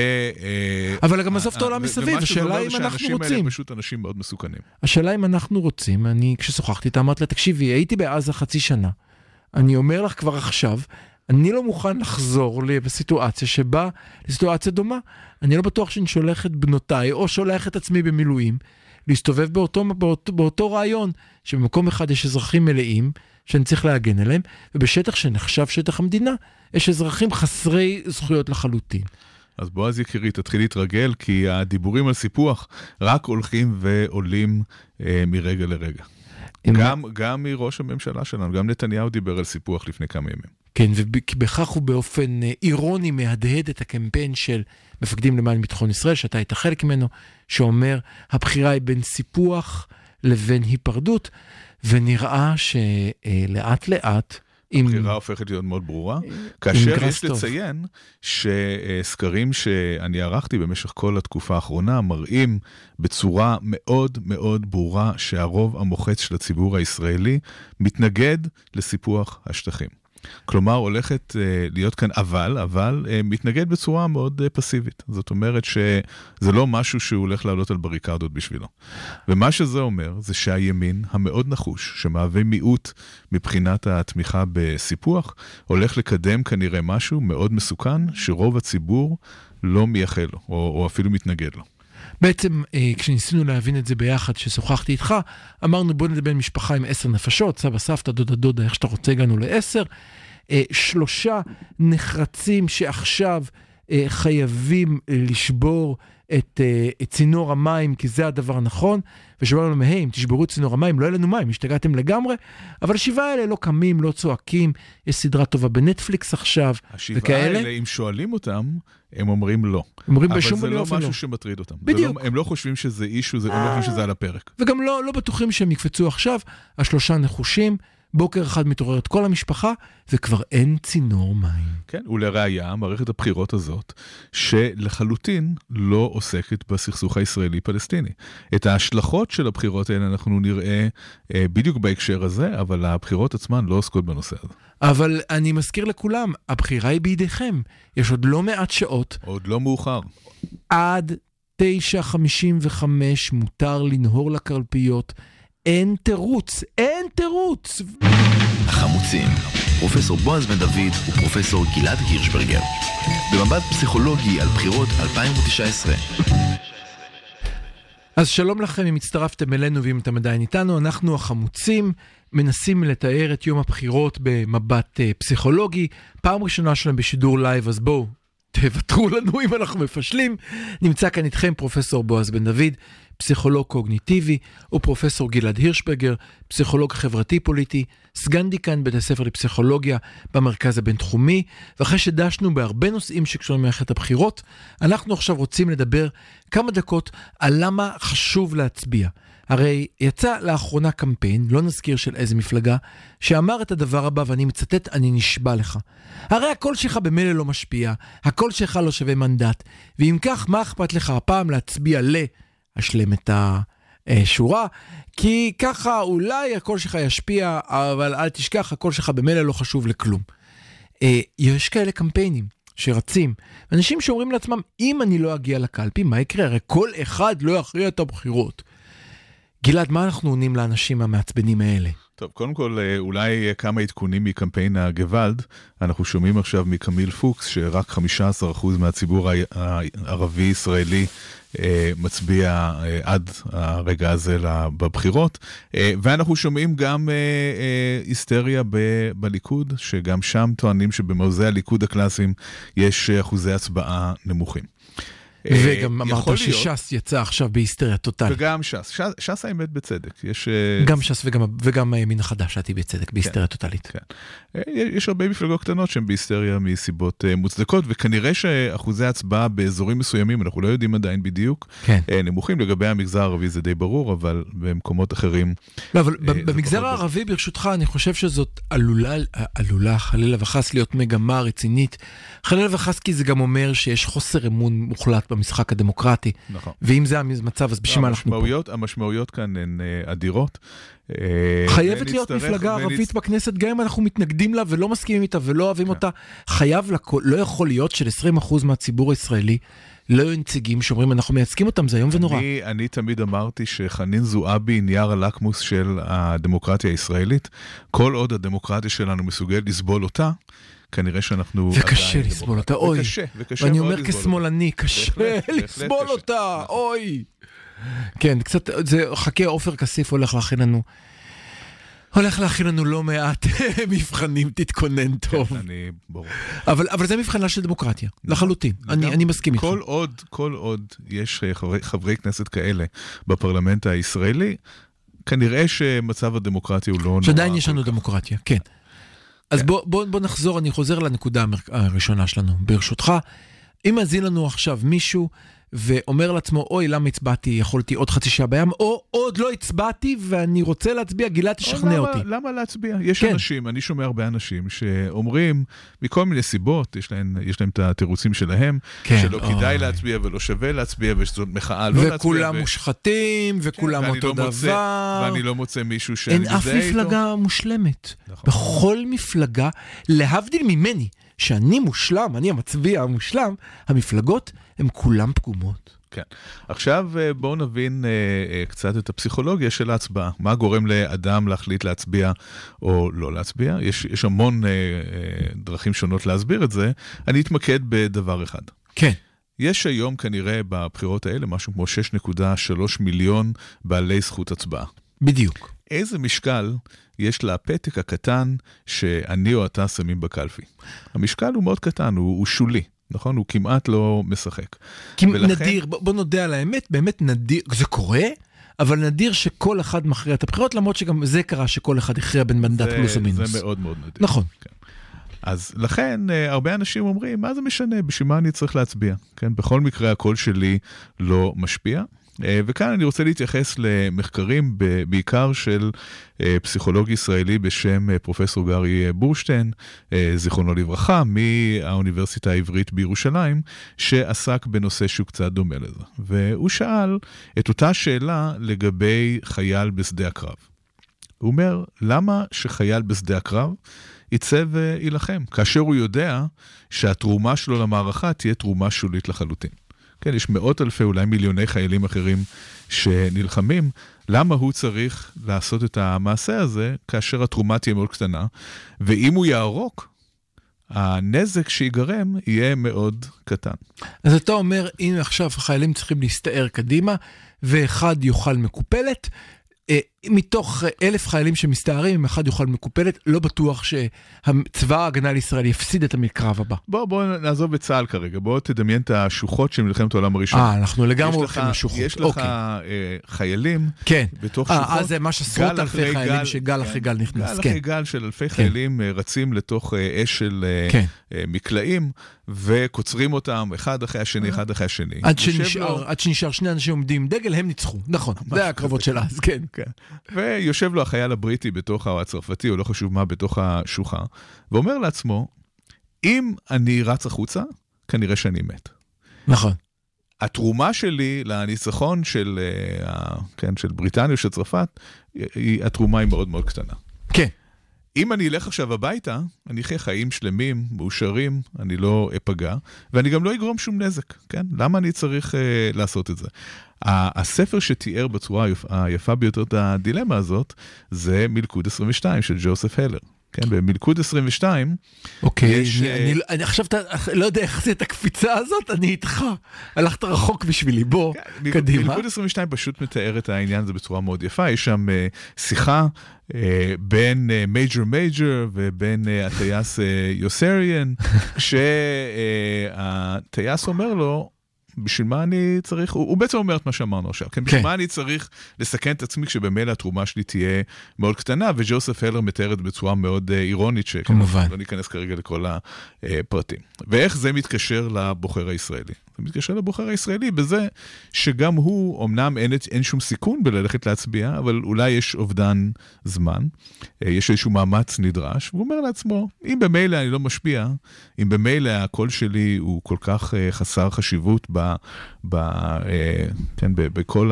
אבל גם עזוב את העולם מסביב, השאלה אם אנחנו רוצים. הם פשוט אנשים מאוד מסוכנים. השאלה אם אנחנו רוצים, כששוחחתי, אמרתי לה, תקשיבי, הייתי בעזה 0.5 שנה. אני אומר לך כבר עכשיו, אני לא מוכן לחזור לסיטואציה שבה, לסיטואציה דומה. אני לא בטוח שאני שולח את בנותיי, או שולח את עצמי במילואים, להסתובב באותו רעיון, שבמקום אחד יש אזרחים מלאים, שאני צריך להגן עליהם, ובשטח שנחשב שטח המדינה, יש אזרחים חסרי זכויות לחלוטין. אז בועז יקירי, תתחיל להתרגל, כי הדיבורים על סיפוח רק הולכים ועולים מרגע לרגע. גם מראש הממשלה שלנו, גם נתניהו דיבר על סיפוח לפני כמה ימים. כן, ובכך הוא באופן אירוני מהדהד את הקמפיין של מפקדים למען ביטחון ישראל, שאתה היית חלק ממנו, שאומר, הבחירה היא בין סיפוח לבין היפרדות, ונראה שלאט לאט, הבחירה הופכת להיות מאוד ברורה, כאשר יש לציין שסקרים שאני ערכתי במשך כל התקופה האחרונה, מראים בצורה מאוד מאוד ברורה שהרוב המוחץ של הציבור הישראלי מתנגד לסיפוח השטחים. כלומר, הולכת להיות כאן אבל מתנגד בצורה מאוד פסיבית. זאת אומרת שזה לא משהו שהוא הולך לעלות על בריקדות בשבילו. ומה שזה אומר, זה שהימין המאוד נחוש, שמהווה מיעוט מבחינת התמיכה בסיפוח, הולך לקדם כנראה משהו מאוד מסוכן, שרוב הציבור לא מייחל לו, או אפילו מתנגד לו. בעצם, כשניסינו להבין את זה ביחד, ששוחחתי איתך, אמרנו בוא נדבר משפחה עם 10 נפשות, סבא, סבתא, דודה, איך שאתה רוצה, הגענו ל10, 3 נחרצים שעכשיו חייבים לשבור את צינור המים, כי זה הדבר הנכון, ושאמרנו לנו מהם, תשברו את צינור המים, לא יהיה לנו מים, השתגעתם לגמרי, אבל השבעה האלה לא קמים, לא צועקים, יש סדרה טובה בנטפליקס עכשיו, השבעה וכאלה. האלה, אם שואלים אותם, הם אומרים לא. אומרים אבל בשום זה לא משהו לא. שמטריד אותם. בדיוק. הם לא חושבים שזה אישו, הם לא חושבים שזה על הפרק. וגם לא בטוחים שהם יקפצו עכשיו, 3 נחושים, בוקר אחד מתעוררת כל המשפחה, וכבר אין צינור מים. כן, ולראיה, מערכת הבחירות הזאת, שלחלוטין לא עוסקת בסכסוך הישראלי-פלסטיני. את ההשלכות של הבחירות האלה אנחנו נראה בדיוק בהקשר הזה, אבל הבחירות עצמן לא עוסקות בנושא הזה. אבל אני מזכיר לכולם, הבחירה היא בידיכם. יש עוד לא מעט שעות. עוד לא מאוחר. עד 9:55 מותר לנהור לקלפיות. אין תירוץ, אין תירוץ. החמוצים, פרופסור בועז בן דוד ופרופסור גלעד הירשברגר. במבט פסיכולוגי על בחירות 2019. אז שלום לכם אם הצטרפתם אלינו ואם אתם עדיין איתנו, אנחנו החמוצים מנסים לתאר את יום הבחירות במבט פסיכולוגי. פעם ראשונה שלנו בשידור לייב, אז בואו, תוותרו לנו אם אנחנו מפשלים. נמצא כאן איתכם פרופסור בועז בן דוד, פסיכולוג קוגניטיבי, ופרופסור גלעד הירשברגר, פסיכולוג חברתי-פוליטי, סגן דיקן בית הספר לפסיכולוגיה במרכז הבינתחומי, ואחרי שדשנו בהרבה נושאים שקשורים למערכת הבחירות, אנחנו עכשיו רוצים לדבר כמה דקות על למה חשוב להצביע. הרי יצא לאחרונה קמפיין, לא נזכיר של איזה מפלגה, שאמר את הדבר הבא, ואני מצטט, אני נשבע לך. הרי הקול שלך במילא לא משפיע, הקול שלך לא שווה מנדט, ואם כך, מה אכפת לך הפעם להצביע אשלם את השורה, כי ככה אולי הקול שלך ישפיע, אבל אל תשכח, הקול שלך במילא לא חשוב לכלום. יש כאלה קמפיינים שרצים, אנשים שאומרים לעצמם, אם אני לא אגיע לקלפי, מה יקרה? הרי כל אחד לא יכריע את הבחירות. גלעד, מה אנחנו עונים לאנשים המעצבנים האלה? טוב, קודם כל, אולי כמה עדכונים מקמפיין הגוואלד. אנחנו שומעים עכשיו מקמיל פוקס, שרק 15% מהציבור הערבי-ישראלי מצביע עד הרגע הזה בבחירות. ואנחנו שומעים גם היסטריה בליכוד, שגם שם טוענים שבמעוזי הליכוד הקלאסיים יש אחוזי הצבעה נמוכים. וגם אמרת שש"ס יצא עכשיו בהיסטריה טוטלית. וגם ש"ס. ש"ס האמת בצדק. גם ש"ס וגם הימין החדש שעתי בצדק, בהיסטריה טוטלית. יש הרבה מפלגות קטנות שהן בהיסטריה מסיבות מוצדקות, וכנראה שאחוזי ההצבעה באזורים מסוימים, אנחנו לא יודעים עדיין בדיוק, נמוכים. לגבי המגזר הערבי זה די ברור, אבל במקומות אחרים... לא, אבל במגזר הערבי, ברשותך, אני חושב שזאת עלולה חלילה וחס להיות מגמה רצינית. חלילה וחס כי זה גם אומר שיש חוסר אמון מוחלט במשחק הדמוקרטי. נכון. ואם זה המצב, אז בשביל מה אנחנו פה? המשמעויות כאן הן אדירות. חייבת להיות מפלגה ערבית בכנסת, גם אם אנחנו מתנגדים לה ולא מסכימים איתה ולא אוהבים אותה. לא יכול להיות של 20% מהציבור הישראלי לא היו נציגים שאומרים, אנחנו מייצגים אותם, זה היום ונורא. אני תמיד אמרתי שחנין זועבי נייר הלקמוס של הדמוקרטיה הישראלית. כל עוד הדמוקרטיה שלנו מסוגל לסבול אותה, כנראה שאנחנו... וקשה לסבול אותה, אוי. וקשה ואני מאוד אומר כשמאלני, קשה לסבול אותה, אוי. כן, קצת, חכה, עופר כסיף הולך להכין לנו לא מעט מבחנים, תתכונן טוב. ברור. אבל זה מבחנה של דמוקרטיה, לחלוטין. אני מסכים איתך. כל עוד יש חברי כנסת כאלה בפרלמנט הישראלי, כנראה שמצב הדמוקרטיה הוא לא נורא. שעדיין יש לנו דמוקרטיה, כן. אז בוא נחזור, אני חוזר לנקודה הראשונה שלנו. ברשותך, אם מאזין לנו עכשיו מישהו ואומר לעצמו, אוי, למה הצבעתי, יכולתי עוד חצי שעה בים, או עוד לא הצבעתי ואני רוצה להצביע, גלעד תשכנע אותי. למה להצביע? יש אנשים, אני שומע הרבה אנשים שאומרים, מכל מיני סיבות, יש להם את התירוצים שלהם, שלא כדאי להצביע ולא שווה להצביע, ושזאת מחאה לא להצביע. וכולם מושחתים, וכולם אותו דבר. ואני לא מוצא מישהו שאני מזהה איתו. אין אף מפלגה מושלמת. בכל מפלגה, להבדיל ממני, שאני מושלם, אני המצביע המושלם, המפלגות הן כולם פגומות. כן. עכשיו בואו נבין קצת את הפסיכולוגיה של ההצבעה. מה גורם לאדם להחליט להצביע או לא להצביע? יש המון דרכים שונות להסביר את זה. אני אתמקד בדבר אחד. כן. יש היום כנראה בבחירות האלה משהו כמו 6.3 מיליון בעלי זכות הצבעה. בדיוק. איזה משקל יש לפתק הקטן שאני או אתה שמים בקלפי? המשקל הוא מאוד קטן, הוא שולי, נכון? הוא כמעט לא משחק. נדיר, בוא נודע על האמת, באמת נדיר, זה קורה, אבל נדיר שכל אחד מכריע את הבחירות, למרות שגם זה קרה שכל אחד הכריע בין מנדט פלוס או מינוס. זה מאוד מאוד נדיר. נכון. כן. אז לכן הרבה אנשים אומרים, מה זה משנה? בשביל מה אני צריך להצביע? כן? בכל מקרה הקול שלי לא משפיע. וכאן אני רוצה להתייחס למחקרים בעיקר של פסיכולוג ישראלי בשם פרופסור גרי בורשטיין, זיכרונו לברכה, מהאוניברסיטה העברית בירושלים, שעסק בנושא שהוא קצת דומה לזה. והוא שאל את אותה שאלה לגבי חייל בשדה הקרב. הוא אומר, למה שחייל בשדה הקרב יצא וילחם, כאשר הוא יודע שהתרומה שלו למערכה תהיה תרומה שולית לחלוטין? כן, יש מאות אלפי, אולי מיליוני חיילים אחרים שנלחמים. למה הוא צריך לעשות את המעשה הזה כאשר התרומה תהיה מאוד קטנה? ואם הוא יערוק, הנזק שיגרם יהיה מאוד קטן. אז אתה אומר, אם עכשיו החיילים צריכים להסתער קדימה, ואחד יוכל מקופלת, מתוך 1,000 חיילים שמסתערים, אם אחד יוכל מקופלת, לא בטוח שצבא ההגנה לישראל יפסיד את המקרב הבא. בוא נעזוב את צה"ל כרגע, בוא תדמיין את השוחות של מלחמת העולם הראשון. אנחנו לגמרי הולכים לשוחות. יש לך חיילים, בתוך שוחות. אז זה ממש עשרות אלפי חיילים שגל אחרי גל נכנס. גל אחרי גל של אלפי חיילים רצים לתוך אש של מקלעים, וקוצרים אותם אחד אחרי השני, אחד אחרי השני. עד שנשאר שני אנשים עומדים דגל, הם ניצחו. נכון, זה הקרבות של אז, כן. ויושב לו החייל הבריטי בתוך, או הצרפתי, או לא חשוב מה, בתוך השוחה, ואומר לעצמו, אם אני רץ החוצה, כנראה שאני מת. נכון. התרומה שלי לניצחון של בריטניה או של צרפת, התרומה היא מאוד מאוד קטנה. כן. אם אני אלך עכשיו הביתה, אני אחיה חיים שלמים, מאושרים, אני לא אפגע, ואני גם לא אגרום שום נזק, כן? למה אני צריך לעשות את זה? הספר שתיאר בצורה היפה ביותר את הדילמה הזאת, זה מלכוד 22 של ג'וסף הלר. כן, במלכוד 22, אוקיי, אני עכשיו לא יודע איך זה את הקפיצה הזאת, אני איתך. הלכת רחוק בשבילי, בוא, קדימה. מלכוד 22 פשוט מתאר את העניין הזה בצורה מאוד יפה, יש שם שיחה בין מייג'ר ובין הטייס יוסריאן, כשהטייס אומר לו, בשביל מה אני צריך, הוא בעצם אומר את מה שאמרנו עכשיו, כן? בשביל מה אני צריך לסכן את עצמי כשבמילא התרומה שלי תהיה מאוד קטנה, וג'וסף הלר מתארת בצורה מאוד אירונית, שכמובן לא ניכנס כרגע לכל הפרטים. ואיך זה מתקשר לבוחר הישראלי? זה מתקשר לבוחר הישראלי בזה שגם הוא, אמנם אין שום סיכון בללכת להצביע, אבל אולי יש אובדן זמן, יש איזשהו מאמץ נדרש, והוא אומר לעצמו, אם במילא אני לא משפיע, אם במילא הקול שלי הוא כל כך חסר חשיבות בכל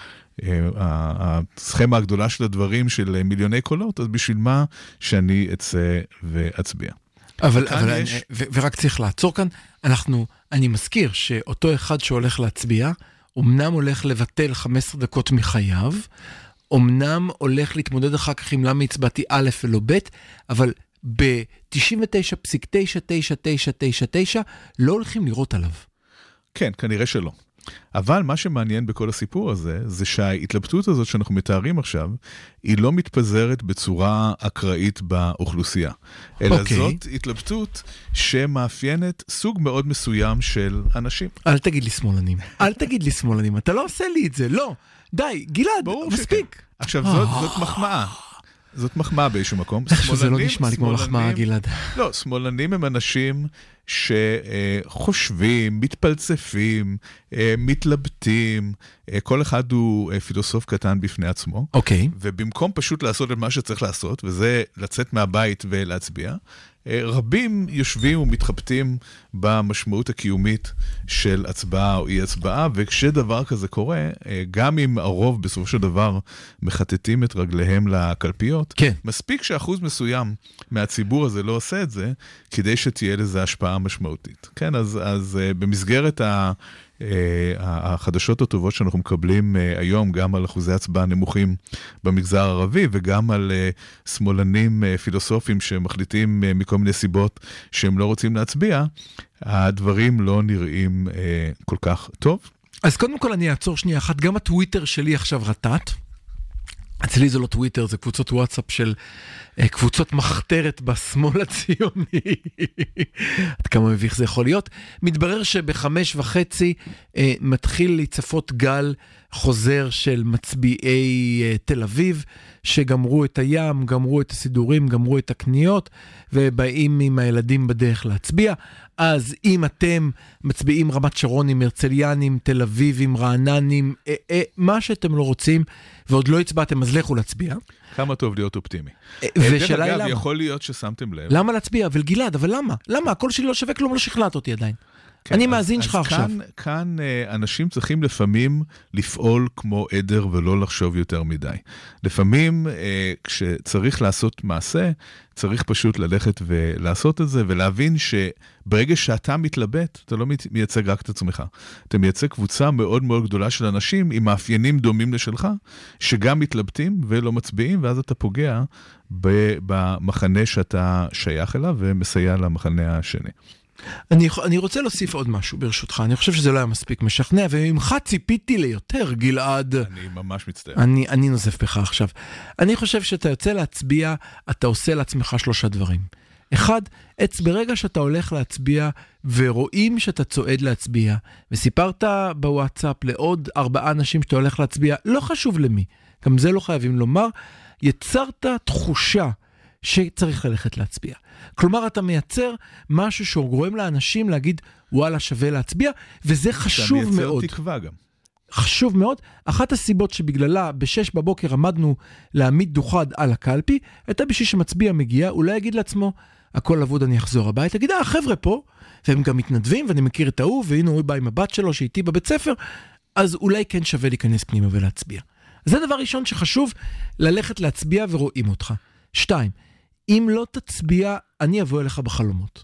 הסכמה הגדולה של הדברים של מיליוני קולות, אז בשביל מה שאני אצא ואצביע. ורק צריך לעצור כאן, אני מזכיר שאותו אחד שהולך להצביע, אמנם הולך לבטל 15 דקות מחייו, אמנם הולך להתמודד אחר כך עם למה הצבעתי א' ולא ב', אבל ב-99.99999 לא הולכים לראות עליו. כן, כנראה שלא. אבל מה שמעניין בכל הסיפור הזה, זה שההתלבטות הזאת שאנחנו מתארים עכשיו, היא לא מתפזרת בצורה אקראית באוכלוסייה. אלא זאת התלבטות שמאפיינת סוג מאוד מסוים של אנשים. אל תגיד לי שמאלנים. אל תגיד לי שמאלנים. אתה לא עושה לי את זה. לא. די, גלעד, מספיק. עכשיו, זאת מחמאה. זאת מחמאה באיזשהו מקום. איך שזה לא נשמע לי כמו מחמאה, גלעד. לא, שמאלנים הם אנשים שחושבים, מתפלצפים, מתלבטים, כל אחד הוא פילוסוף קטן בפני עצמו. אוקיי. ובמקום פשוט לעשות את מה שצריך לעשות, וזה לצאת מהבית ולהצביע, רבים יושבים ומתחבטים במשמעות הקיומית של הצבעה או אי הצבעה, וכשדבר כזה קורה, גם אם הרוב בסופו של דבר מחטטים את רגליהם לקלפיות, כן. מספיק שאחוז מסוים מהציבור הזה לא עושה את זה, כדי שתהיה לזה השפעה משמעותית. כן, אז במסגרת החדשות הטובות שאנחנו מקבלים היום, גם על אחוזי הצבעה נמוכים במגזר הערבי, וגם על שמאלנים פילוסופים שמחליטים מכל מיני סיבות שהם לא רוצים להצביע, הדברים לא נראים כל כך טוב. אז קודם כל אני אעצור שנייה אחת, גם הטוויטר שלי עכשיו רטט, אצלי זה לא טוויטר, זה קבוצות וואטסאפ של קבוצות מחתרת בשמאל הציוני. עד כמה מביך זה יכול להיות. מתברר שב5:30 מתחיל להצפות גל חוזר של מצביעי תל אביב, שגמרו את הים, גמרו את הסידורים, גמרו את הקניות, ובאים עם הילדים בדרך להצביע. אז אם אתם מצביעים רמת שרונים, הרצליאנים, תל אביבים, רעננים, מה שאתם לא רוצים, ועוד לא הצבעתם, אז לכו להצביע. כמה טוב להיות אופטימי. ושאלה היא למה. יכול להיות ששמתם לב. למה להצביע? אבל גלעד, אבל למה? למה? הקול שלי לא שווה כלום, לא שכנעת אותי עדיין. כן, אני מאזין שלך עכשיו. כאן אנשים צריכים לפעמים לפעול כמו עדר ולא לחשוב יותר מדי. לפעמים כשצריך לעשות מעשה, צריך פשוט ללכת ולעשות את זה, ולהבין שברגע שאתה מתלבט, אתה לא מייצג רק את עצמך. אתה מייצג קבוצה מאוד מאוד גדולה של אנשים עם מאפיינים דומים לשלך, שגם מתלבטים ולא מצביעים, ואז אתה פוגע במחנה שאתה שייך אליו, ומסייע למחנה השני. אני רוצה להוסיף עוד משהו ברשותך, אני חושב שזה לא היה מספיק משכנע, וממך ציפיתי ליותר, גלעד. אני ממש מצטער. אני נוזף בך עכשיו. אני חושב שאתה יוצא להצביע, אתה עושה לעצמך 3 דברים. 1, ברגע שאתה הולך להצביע, ורואים שאתה צועד להצביע, וסיפרת בוואטסאפ לעוד 4 אנשים שאתה הולך להצביע, לא חשוב למי, גם זה לא חייבים לומר, יצרת תחושה, שצריך ללכת להצביע. כלומר, אתה מייצר משהו שגורם לאנשים להגיד, וואלה, שווה להצביע, וזה חשוב מאוד. אתה מייצר תקווה גם. חשוב מאוד. אחת הסיבות שבגללה ב6 בבוקר עמדנו להעמיד דוכן על הקלפי, הייתה בשביל שמצביע מגיע, הוא לא יגיד לעצמו, הכל עבוד, אני אחזור הבית, תגיד, החבר'ה פה, והם גם מתנדבים, ואני מכיר את ההוא, והנה הוא בא עם הבת שלו, שאיתי בבית ספר, אז אולי כן שווה להיכנס פנימה ולהצביע. זה דבר ראשון שחשוב, ללכת להצביע ורואים אותך. 2, אם לא תצביע, אני אבוא אליך בחלומות.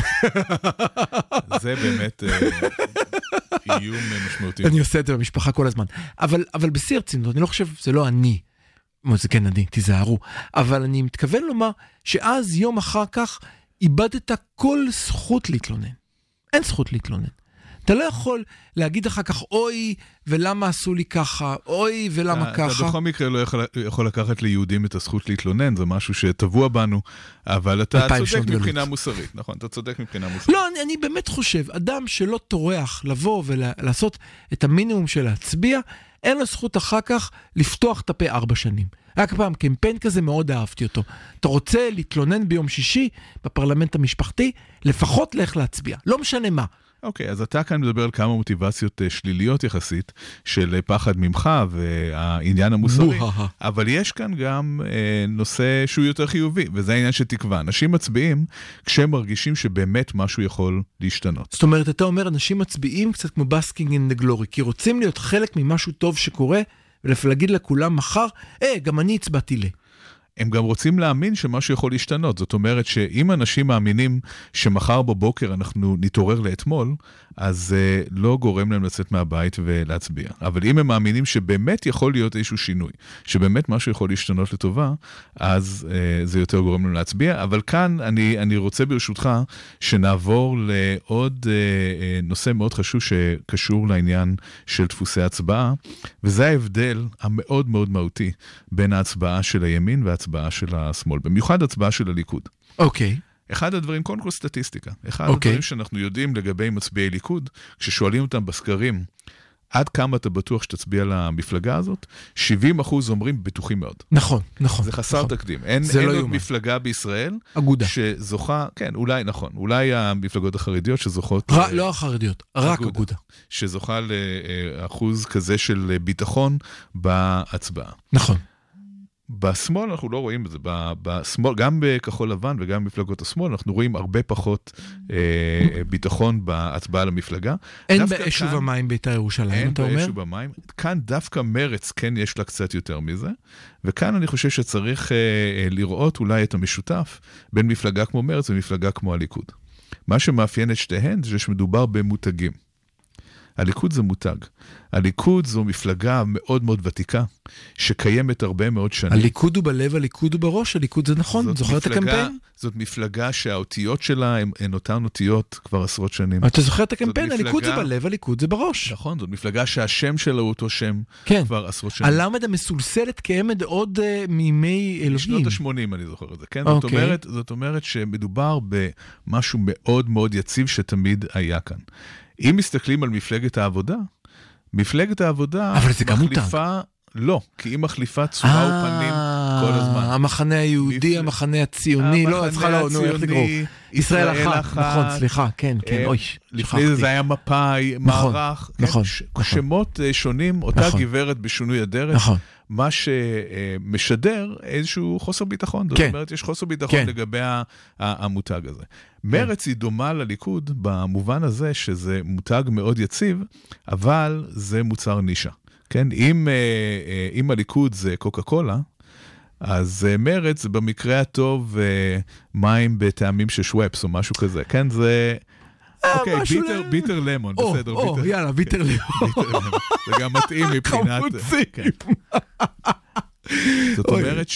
זה באמת איום משמעותי. אני עושה את זה במשפחה כל הזמן. אבל בשיא הרצינות, אני לא חושב, זה לא אני, זה כן אני, תיזהרו. אבל אני מתכוון לומר, שאז יום אחר כך, איבדת כל זכות להתלונן. אין זכות להתלונן. אתה לא יכול להגיד אחר כך, אוי, ולמה עשו לי ככה, אוי, ולמה ככה. אתה בכל מקרה לא יכול לקחת ליהודים את הזכות להתלונן, זה משהו שטבוע בנו, אבל אתה צודק מבחינה מוסרית, נכון, אתה צודק מבחינה מוסרית. לא, אני באמת חושב, אדם שלא טורח לבוא ולעשות את המינימום של להצביע, אין לו זכות אחר כך לפתוח את הפה 4 שנים. רק פעם, קמפיין כזה מאוד אהבתי אותו. אתה רוצה להתלונן ביום שישי בפרלמנט המשפחתי, לפחות לך להצביע, לא משנה מה. אוקיי, אז אתה כאן מדבר על כמה מוטיבציות שליליות יחסית, של פחד ממך והעניין המוסרי, אבל יש כאן גם נושא שהוא יותר חיובי, וזה העניין של תקווה. אנשים מצביעים כשהם מרגישים שבאמת משהו יכול להשתנות. זאת אומרת, אתה אומר, אנשים מצביעים קצת כמו basking in the glory, כי רוצים להיות חלק ממשהו טוב שקורה, ולהגיד לכולם מחר, גם אני הצבעתי לי. הם גם רוצים להאמין שמשהו יכול להשתנות. זאת אומרת שאם אנשים מאמינים שמחר בבוקר אנחנו נתעורר לאתמול, אז לא גורם להם לצאת מהבית ולהצביע. אבל אם הם מאמינים שבאמת יכול להיות איזשהו שינוי, שבאמת משהו יכול להשתנות לטובה, אז זה יותר גורם להם להצביע. אבל כאן אני רוצה ברשותך שנעבור לעוד נושא מאוד חשוב שקשור לעניין של דפוסי הצבעה, וזה ההבדל המאוד מאוד מהותי בין ההצבעה של הימין וההצבעה של השמאל, במיוחד הצבעה של הליכוד. אוקיי. אחד הדברים, קודם כל סטטיסטיקה, אחד הדברים שאנחנו יודעים לגבי מצביעי ליכוד, כששואלים אותם בסקרים, עד כמה אתה בטוח שתצביע למפלגה הזאת, 70% אומרים בטוחים מאוד. נכון, נכון. זה חסר תקדים. אין עוד מפלגה בישראל שזוכה, כן, אולי, נכון, אולי המפלגות החרדיות שזוכות... לא החרדיות, רק אגודה. שזוכה לאחוז כזה של ביטחון בהצבעה. נכון. בשמאל אנחנו לא רואים את זה, בשמאל, גם בכחול לבן וגם במפלגות השמאל, אנחנו רואים הרבה פחות ביטחון בהצבעה למפלגה. אין באש ובמים בית"ר ירושלים, אתה אומר? אין באש ובמים. כאן דווקא מרץ כן יש לה קצת יותר מזה, וכאן אני חושב שצריך לראות אולי את המשותף בין מפלגה כמו מרץ ומפלגה כמו הליכוד. מה שמאפיין את שתיהן זה שמדובר במותגים. הליכוד זה מותג. הליכוד זו מפלגה מאוד מאוד ותיקה, שקיימת הרבה מאוד שנים. הליכוד הוא בלב, הליכוד הוא בראש, הליכוד זה נכון, זוכר את הקמפיין? זאת מפלגה שהאותיות שלה הן אותן אותיות כבר עשרות שנים. אתה זוכר את הקמפיין? הליכוד זה בלב, הליכוד זה בראש. נכון, זאת מפלגה שהשם שלה הוא אותו שם כבר עשרות שנים. הלמד המסולסלת כעמד עוד מימי אלוהים. בשנות ה-80 אני זוכר את זה, כן? זאת אומרת שמדובר במשהו מאוד מאוד יציב שתמיד היה כאן. אם מסתכלים על מפלגת העבודה, מפלגת העבודה מחליפה, לא, כי היא מחליפה צורה ופנים כל הזמן. המחנה היהודי, המחנה הציוני, לא, איך תקראו? ישראל אחת, נכון, סליחה, כן, אוי, לפני זה היה מפאי, מערך, שמות שונים, אותה גברת בשינוי הדרך, מה שמשדר איזשהו חוסר ביטחון, זאת אומרת, יש חוסר ביטחון לגבי המותג הזה. מרץ היא דומה לליכוד במובן הזה שזה מותג מאוד יציב, אבל זה מוצר נישה. כן, אם הליכוד זה קוקה קולה, אז מרץ במקרה הטוב מים בטעמים של שוואפס או משהו כזה. כן, זה... אוקיי, ביטר למון, בסדר. יאללה, ביטר למון. זה גם מתאים מבחינת... חמוצים. זאת אומרת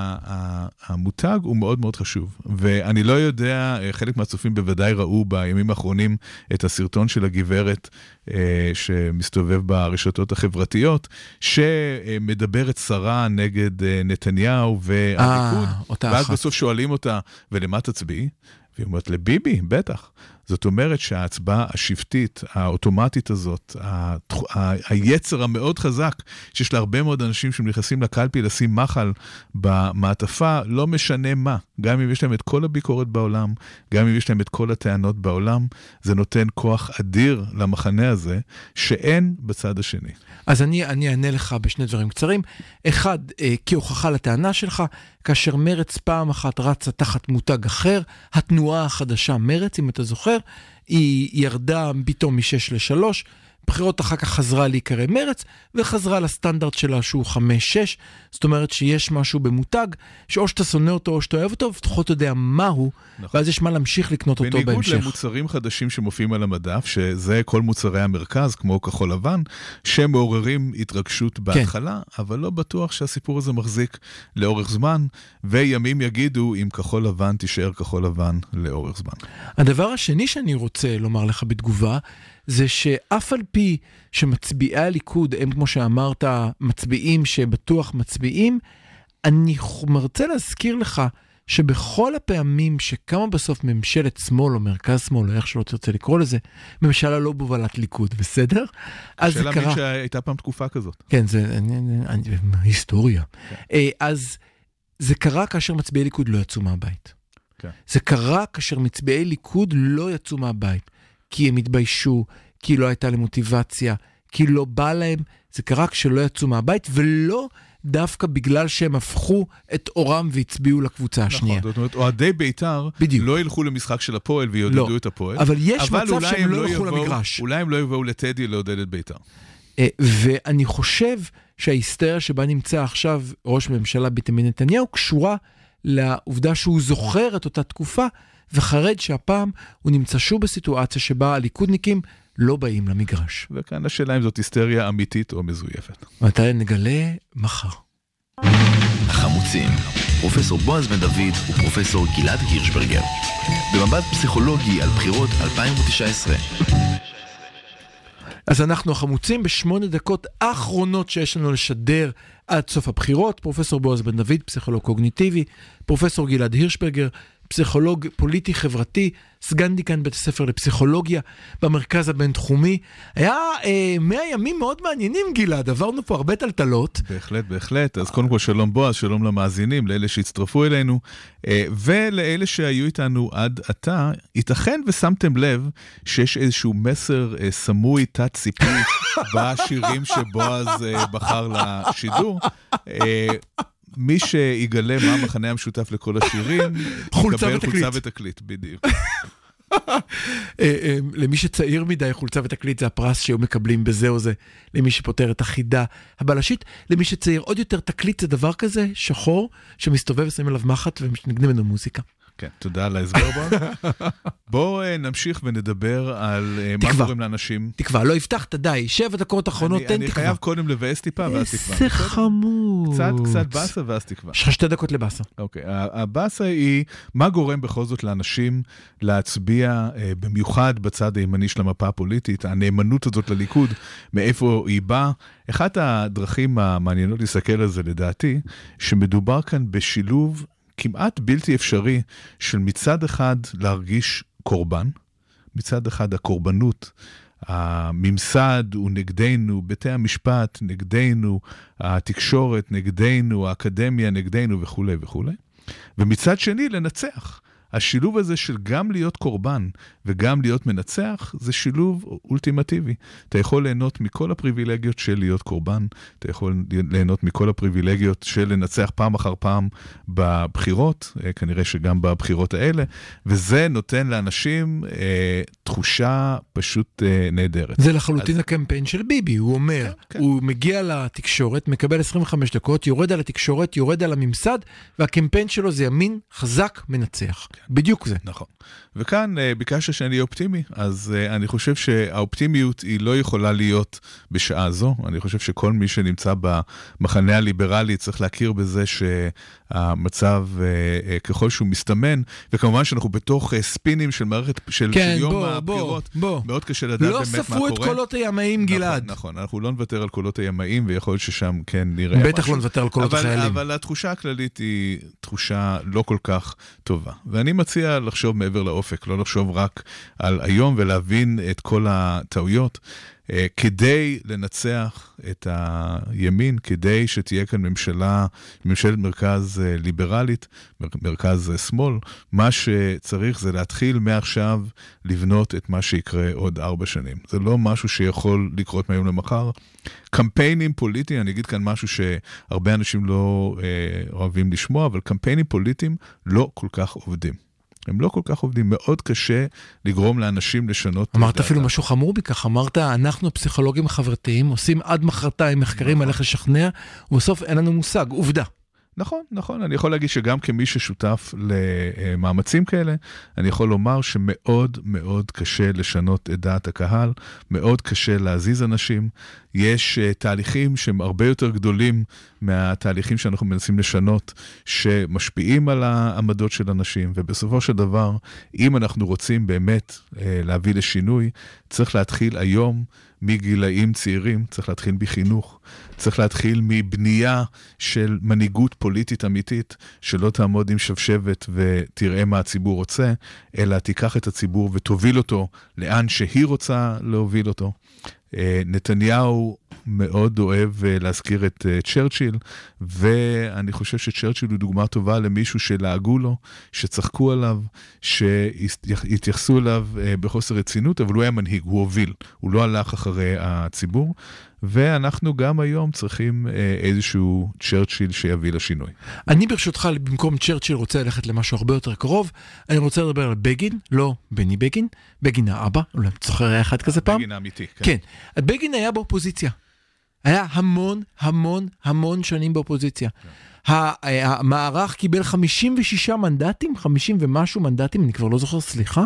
שהמותג הוא מאוד מאוד חשוב, ואני לא יודע, חלק מהצופים בוודאי ראו בימים האחרונים את הסרטון של הגברת שמסתובב ברשתות החברתיות, שמדברת שרה נגד נתניהו והליכוד, ואז בסוף שואלים אותה, ולמה תצביעי? והיא אומרת, לביבי, בטח. זאת אומרת שההצבעה השבטית, האוטומטית הזאת, היצר המאוד חזק, שיש לה הרבה מאוד אנשים שנכנסים לקלפי לשים מחל במעטפה, לא משנה מה. גם אם יש להם את כל הביקורת בעולם, גם אם יש להם את כל הטענות בעולם, זה נותן כוח אדיר למחנה הזה, שאין בצד השני. אז אני אענה לך בשני דברים קצרים. אחד, כהוכחה לטענה שלך, כאשר מרץ פעם אחת רצה תחת מותג אחר, התנועה החדשה מרץ, אם אתה זוכר, היא ירדה פתאום מ-6 ל-3, בחירות אחר כך חזרה להיקרא מרץ, וחזרה לסטנדרט שלה שהוא 5-6, זאת אומרת שיש משהו במותג, שאו שאתה שונא אותו או שאתה אוהב אותו, לפחות יודע מהו, נכון. ואז יש מה להמשיך לקנות אותו בהמשך. בניגוד למוצרים חדשים שמופיעים על המדף, שזה כל מוצרי המרכז, כמו כחול לבן, שמעוררים התרגשות בהתחלה, כן. אבל לא בטוח שהסיפור הזה מחזיק לאורך זמן, וימים יגידו אם כחול לבן תישאר כחול לבן לאורך זמן. הדבר השני שאני רוצה לומר לך בתגובה, זה שאף על פי שמצביעי הליכוד הם, כמו שאמרת, מצביעים שבטוח מצביעים, אני מרצה להזכיר לך שבכל הפעמים שקמה בסוף ממשלת שמאל או מרכז שמאל, או איך שלא תרצה לקרוא לזה, ממשלה לא בהובלת ליכוד, בסדר? שאלה מי שהייתה פעם תקופה כזאת. כן, זה היסטוריה. אז זה קרה כאשר מצביעי ליכוד לא יצאו מהבית. זה קרה כאשר מצביעי ליכוד לא יצאו מהבית. כי הם התביישו, כי לא הייתה להם מוטיבציה, כי לא בא להם, זה קרה כשלא יצאו מהבית, ולא דווקא בגלל שהם הפכו את אורם והצביעו לקבוצה השנייה. נכון, זאת אומרת, אוהדי בית"ר לא ילכו למשחק של הפועל ויודדו את הפועל. אבל יש מצב שהם לא ילכו למגרש. אולי הם לא יבואו לטדי לעודד את בית"ר. ואני חושב שההיסטריה שבה נמצא עכשיו ראש ממשלה בנימין נתניהו קשורה לעובדה שהוא זוכר את אותה תקופה, וחרד שהפעם הוא נמצא שוב בסיטואציה שבה הליכודניקים לא באים למגרש. וכאן השאלה אם זאת היסטריה אמיתית או מזויפת. ואתה נגלה מחר. החמוצים, פרופסור בועז בן דוד ופרופסור גלעד הירשברגר. במבט פסיכולוגי על בחירות 2019. אז אנחנו החמוצים ב8 דקות האחרונות שיש לנו לשדר עד סוף הבחירות. פרופסור בועז בן דוד, פסיכולוג קוגניטיבי, פרופסור גלעד הירשברגר, פסיכולוג פוליטי חברתי, סגן דיקן בית הספר לפסיכולוגיה במרכז הבינתחומי. היה 100 ימים מאוד מעניינים, גלעד, עברנו פה הרבה טלטלות. בהחלט, בהחלט. אז קודם כל שלום בועז, שלום למאזינים, לאלה שהצטרפו אלינו, ולאלה שהיו איתנו עד עתה. ייתכן ושמתם לב שיש איזשהו מסר סמוי תת ציפי בשירים שבועז בחר לשידור. מי שיגלה מה המחנה המשותף לכל השירים, חולצה יקבל חולצה ותקליט, בדיוק. למי שצעיר מדי, חולצה ותקליט זה הפרס שהיו מקבלים בזה או זה, למי שפותר את החידה הבלשית. למי שצעיר עוד יותר, תקליט זה דבר כזה שחור, שמסתובב ושמים עליו מחט ומנגנים ממנו מוזיקה. כן, תודה על ההסבר בו. בואו נמשיך ונדבר על מה קוראים לאנשים. תקווה, לא הבטחת די, 7 דקות אחרונות, תן תקווה. אני חייב קודם לבאס טיפה ואז תקווה. איזה חמוד. קצת בסה ואז תקווה. יש לך 2 דקות לבסה. אוקיי, הבסה היא מה גורם בכל זאת לאנשים להצביע במיוחד בצד הימני של המפה הפוליטית, הנאמנות הזאת לליכוד, מאיפה היא באה. אחת הדרכים המעניינות להסתכל על זה לדעתי, שמדובר כאן בשילוב כמעט בלתי אפשרי של מצד אחד להרגיש קורבן, מצד אחד הקורבנות, הממסד הוא נגדנו, בתי המשפט נגדנו, התקשורת נגדנו, האקדמיה נגדנו וכו' וכו'. ומצד שני לנצח. השילוב הזה של גם להיות קורבן וגם להיות מנצח, זה שילוב אולטימטיבי. אתה יכול ליהנות מכל הפריבילגיות של להיות קורבן, אתה יכול ליהנות מכל הפריבילגיות של לנצח פעם אחר פעם בבחירות, כנראה שגם בבחירות האלה, וזה נותן לאנשים תחושה פשוט נהדרת. זה לחלוטין הקמפיין של ביבי, הוא אומר, הוא מגיע לתקשורת, מקבל 25 דקות, יורד על התקשורת, יורד על הממסד, והקמפיין שלו זה ימין חזק מנצח. בדיוק זה. נכון. וכאן ביקשת שאני אהיה אופטימי, אז אני חושב שהאופטימיות היא לא יכולה להיות בשעה זו. אני חושב שכל מי שנמצא במחנה הליברלי צריך להכיר בזה שהמצב ככל שהוא מסתמן, וכמובן שאנחנו בתוך ספינים של מערכת של יום הבחירות, מאוד קשה לדעת באמת מה קורה. לא ספרו את קולות הימאים, גלעד. נכון, אנחנו לא נוותר על קולות הימאים, ויכול להיות ששם כן נראה משהו. בטח לא נוותר על קולות החיילים. אבל התחושה הכללית היא תחושה לא כל כך טובה. ואני מציע לחשוב מעבר לאופק, לא לחשוב רק על היום ולהבין את כל הטעויות, כדי לנצח את הימין, כדי שתהיה כאן ממשלת מרכז ליברלית, מרכז שמאל, מה שצריך זה להתחיל מעכשיו לבנות את מה שיקרה עוד 4 שנים. זה לא משהו שיכול לקרות מהיום למחר. קמפיינים פוליטיים, אני אגיד כאן משהו שהרבה אנשים לא אוהבים לשמוע, אבל קמפיינים פוליטיים לא כל כך עובדים. הם לא כל כך עובדים, מאוד קשה לגרום לאנשים לשנות. אמרת אפילו משהו חמור בכך, אמרת, אנחנו הפסיכולוגים החברתיים, עושים עד מחרתיים מחקרים על איך לשכנע, ובסוף אין לנו מושג, עובדה. נכון, נכון. אני יכול להגיד שגם כמי ששותף למאמצים כאלה, אני יכול לומר שמאוד מאוד קשה לשנות את דעת הקהל, מאוד קשה להזיז אנשים. יש תהליכים שהם הרבה יותר גדולים מהתהליכים שאנחנו מנסים לשנות, שמשפיעים על העמדות של אנשים, ובסופו של דבר, אם אנחנו רוצים באמת להביא לשינוי, צריך להתחיל היום מגילאים צעירים, צריך להתחיל בחינוך, צריך להתחיל מבנייה של מנהיגות פוליטית אמיתית, שלא תעמוד עם שבשבת ותראה מה הציבור רוצה, אלא תיקח את הציבור ותוביל אותו לאן שהיא רוצה להוביל אותו. נתניהו מאוד אוהב להזכיר את צ'רצ'יל, ואני חושב שצ'רצ'יל הוא דוגמה טובה למישהו שלעגו לו, שצחקו עליו, שהתייחסו אליו בחוסר רצינות, אבל הוא היה מנהיג, הוא הוביל, הוא לא הלך אחרי הציבור, ואנחנו גם היום צריכים איזשהו צ'רצ'יל שיביא לשינוי. אני ברשותך, במקום צ'רצ'יל רוצה ללכת למשהו הרבה יותר קרוב, אני רוצה לדבר על בגין, לא בני בגין, בגין האבא, אולי זוכר היה אחד כזה פעם? בגין האמיתי, כן. כן, בגין היה באופוזיציה. היה המון, המון, המון שנים באופוזיציה. המערך קיבל 56 מנדטים, 50 ומשהו מנדטים, אני כבר לא זוכר, סליחה.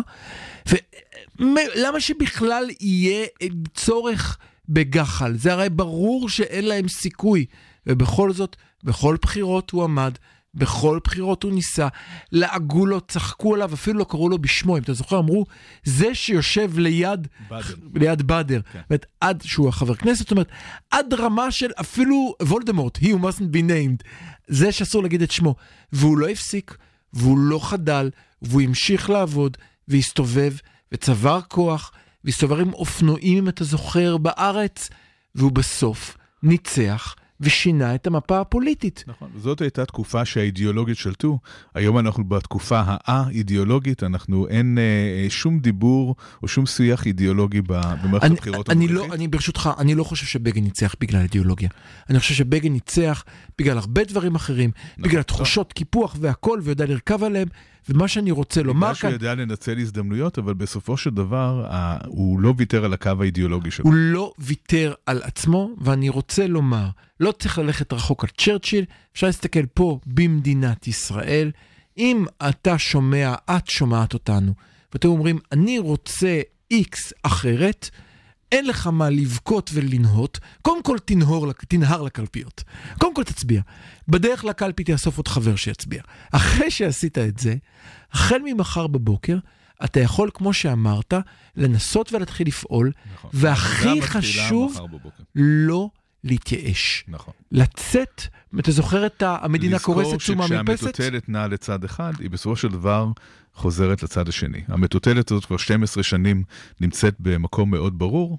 ולמה שבכלל יהיה צורך בגחל? זה הרי ברור שאין להם סיכוי. ובכל זאת, בכל בחירות הוא עמד, בכל בחירות הוא ניסה, לעגו לו, צחקו עליו, אפילו לא קראו לו בשמו, אם אתה זוכר, אמרו, זה שיושב ליד בדר, זאת עד שהוא החבר כנסת, זאת אומרת, עד רמה של אפילו וולדמורט, he who mustn't be named, זה שאסור להגיד את שמו, והוא לא הפסיק, והוא לא חדל, והוא המשיך לעבוד, והסתובב, וצבר כוח, והסתובב עם אופנועים, אם אתה זוכר, בארץ, והוא בסוף ניצח, ושינה את המפה הפוליטית. נכון, זאת הייתה תקופה שהאידיאולוגית שלטו, היום אנחנו בתקופה האידיאולוגית, אין שום דיבור או שום שיח אידיאולוגי במערכת הבחירות הנוכחית. אני ברשותך, אני לא חושב שבגין ניצח בגלל אידיאולוגיה. אני חושב שבגין ניצח בגלל הרבה דברים אחרים, בגלל תחושות קיפוח והכל, ויודע לרכב עליהם, ומה שאני רוצה לומר כאן... בגלל שהוא יודע לנצל הזדמנויות, אבל בסופו של דבר, הוא לא ויתר על הקו האידיאולוגי שלו. הוא לא ויתר על עצמו, ואני רוצה לומר, לא צריך ללכת רחוק על צ'רצ'יל, אפשר להסתכל פה במדינת ישראל, אם אתה שומע, את שומעת אותנו, ואתם אומרים, אני רוצה X אחרת, אין לך מה לבכות ולנהות, קודם כל תנהר לקלפיות. קודם כל תצביע. בדרך לקלפי תאסוף עוד חבר שיצביע. אחרי שעשית את זה, החל ממחר בבוקר, אתה יכול, כמו שאמרת, לנסות ולהתחיל לפעול, נכון. והכי חשוב, לא להתייאש. נכון. לצאת, אתה זוכר את המדינה קורסת צומה מרפסת? לזכור שכשהמטוטלת נעה לצד אחד, היא בסופו של דבר חוזרת לצד השני. המטוטלת הזאת כבר 12 שנים נמצאת במקום מאוד ברור,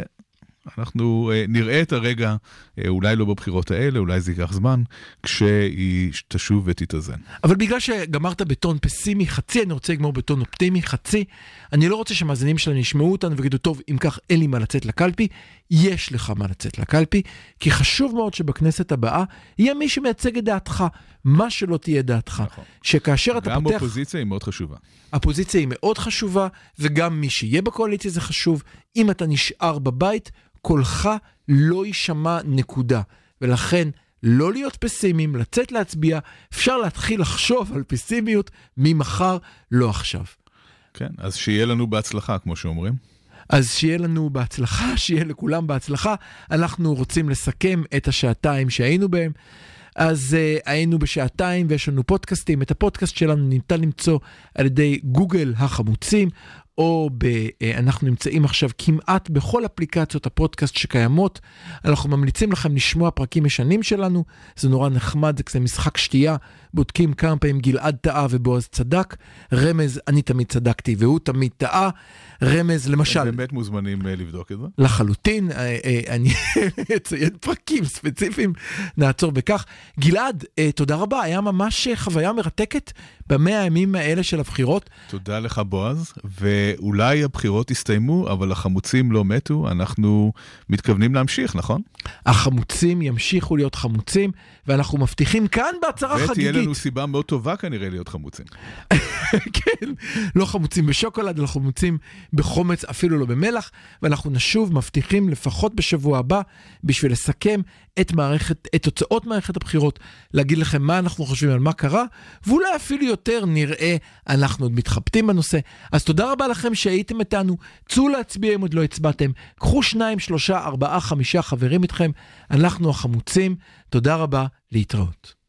ואנחנו נראה את הרגע, אולי לא בבחירות האלה, אולי זה ייקח זמן, כשהיא תשוב ותתאזן. אבל בגלל שגמרת בטון פסימי חצי, אני רוצה לגמור בטון אופטימי חצי, אני לא רוצה שמאזינים שלנו ישמעו אותנו ויגידו, טוב, אם כך אין לי מה לצאת לקלפי, יש לך מה לצאת לקלפי, כי חשוב מאוד שבכנסת הבאה יהיה מי שמייצג את דעתך, מה שלא תהיה דעתך. נכון. שכאשר אתה גם פותח... אופוזיציה היא מאוד חשובה. הפוזיציה היא מאוד חשובה, וגם מי שיהיה בקואליציה זה חשוב. אם אתה נשאר בבית, קולך לא יישמע נקודה. ולכן, לא להיות פסימיים, לצאת להצביע, אפשר להתחיל לחשוב על פסימיות ממחר, לא עכשיו. כן, אז שיהיה לנו בהצלחה, כמו שאומרים. אז שיהיה לנו בהצלחה, שיהיה לכולם בהצלחה. אנחנו רוצים לסכם את השעתיים שהיינו בהם. אז היינו בשעתיים ויש לנו פודקאסטים. את הפודקאסט שלנו ניתן למצוא על ידי גוגל החמוצים, או אנחנו נמצאים עכשיו כמעט בכל אפליקציות הפודקאסט שקיימות. אנחנו ממליצים לכם לשמוע פרקים ישנים שלנו, זה נורא נחמד, זה משחק שתייה, בודקים כמה פעמים גלעד טעה ובועז צדק, רמז אני תמיד צדקתי והוא תמיד טעה, רמז למשל... הם באמת מוזמנים לבדוק את זה? לחלוטין, אני אציין פרקים ספציפיים, נעצור בכך. גלעד, תודה רבה, היה ממש חוויה מרתקת ב100 הימים האלה של הבחירות. תודה לך בועז, ואולי הבחירות הסתיימו, אבל החמוצים לא מתו, אנחנו מתכוונים להמשיך, נכון? החמוצים ימשיכו להיות חמוצים, ואנחנו מבטיחים כאן בהצהרה חגיגית. ותהיה לנו סיבה מאוד טובה כנראה להיות חמוצים. כן, לא חמוצים בשוקולד, אלא חמוצים בחומץ, אפילו לא במלח, ואנחנו נשוב, מבטיחים לפחות בשבוע הבא, בשביל לסכם את תוצאות מערכת הבחירות, להגיד לכם מה אנחנו חושבים על מה קרה, ואולי אפילו יותר נראה, אנחנו עוד מתחבטים בנושא. אז תודה רבה לכם שהייתם איתנו, צאו להצביע אם עוד לא הצבעתם, קחו 2, 3, 4, 5 חברים איתכם, אנחנו החמוצים, תודה רבה, להתראות.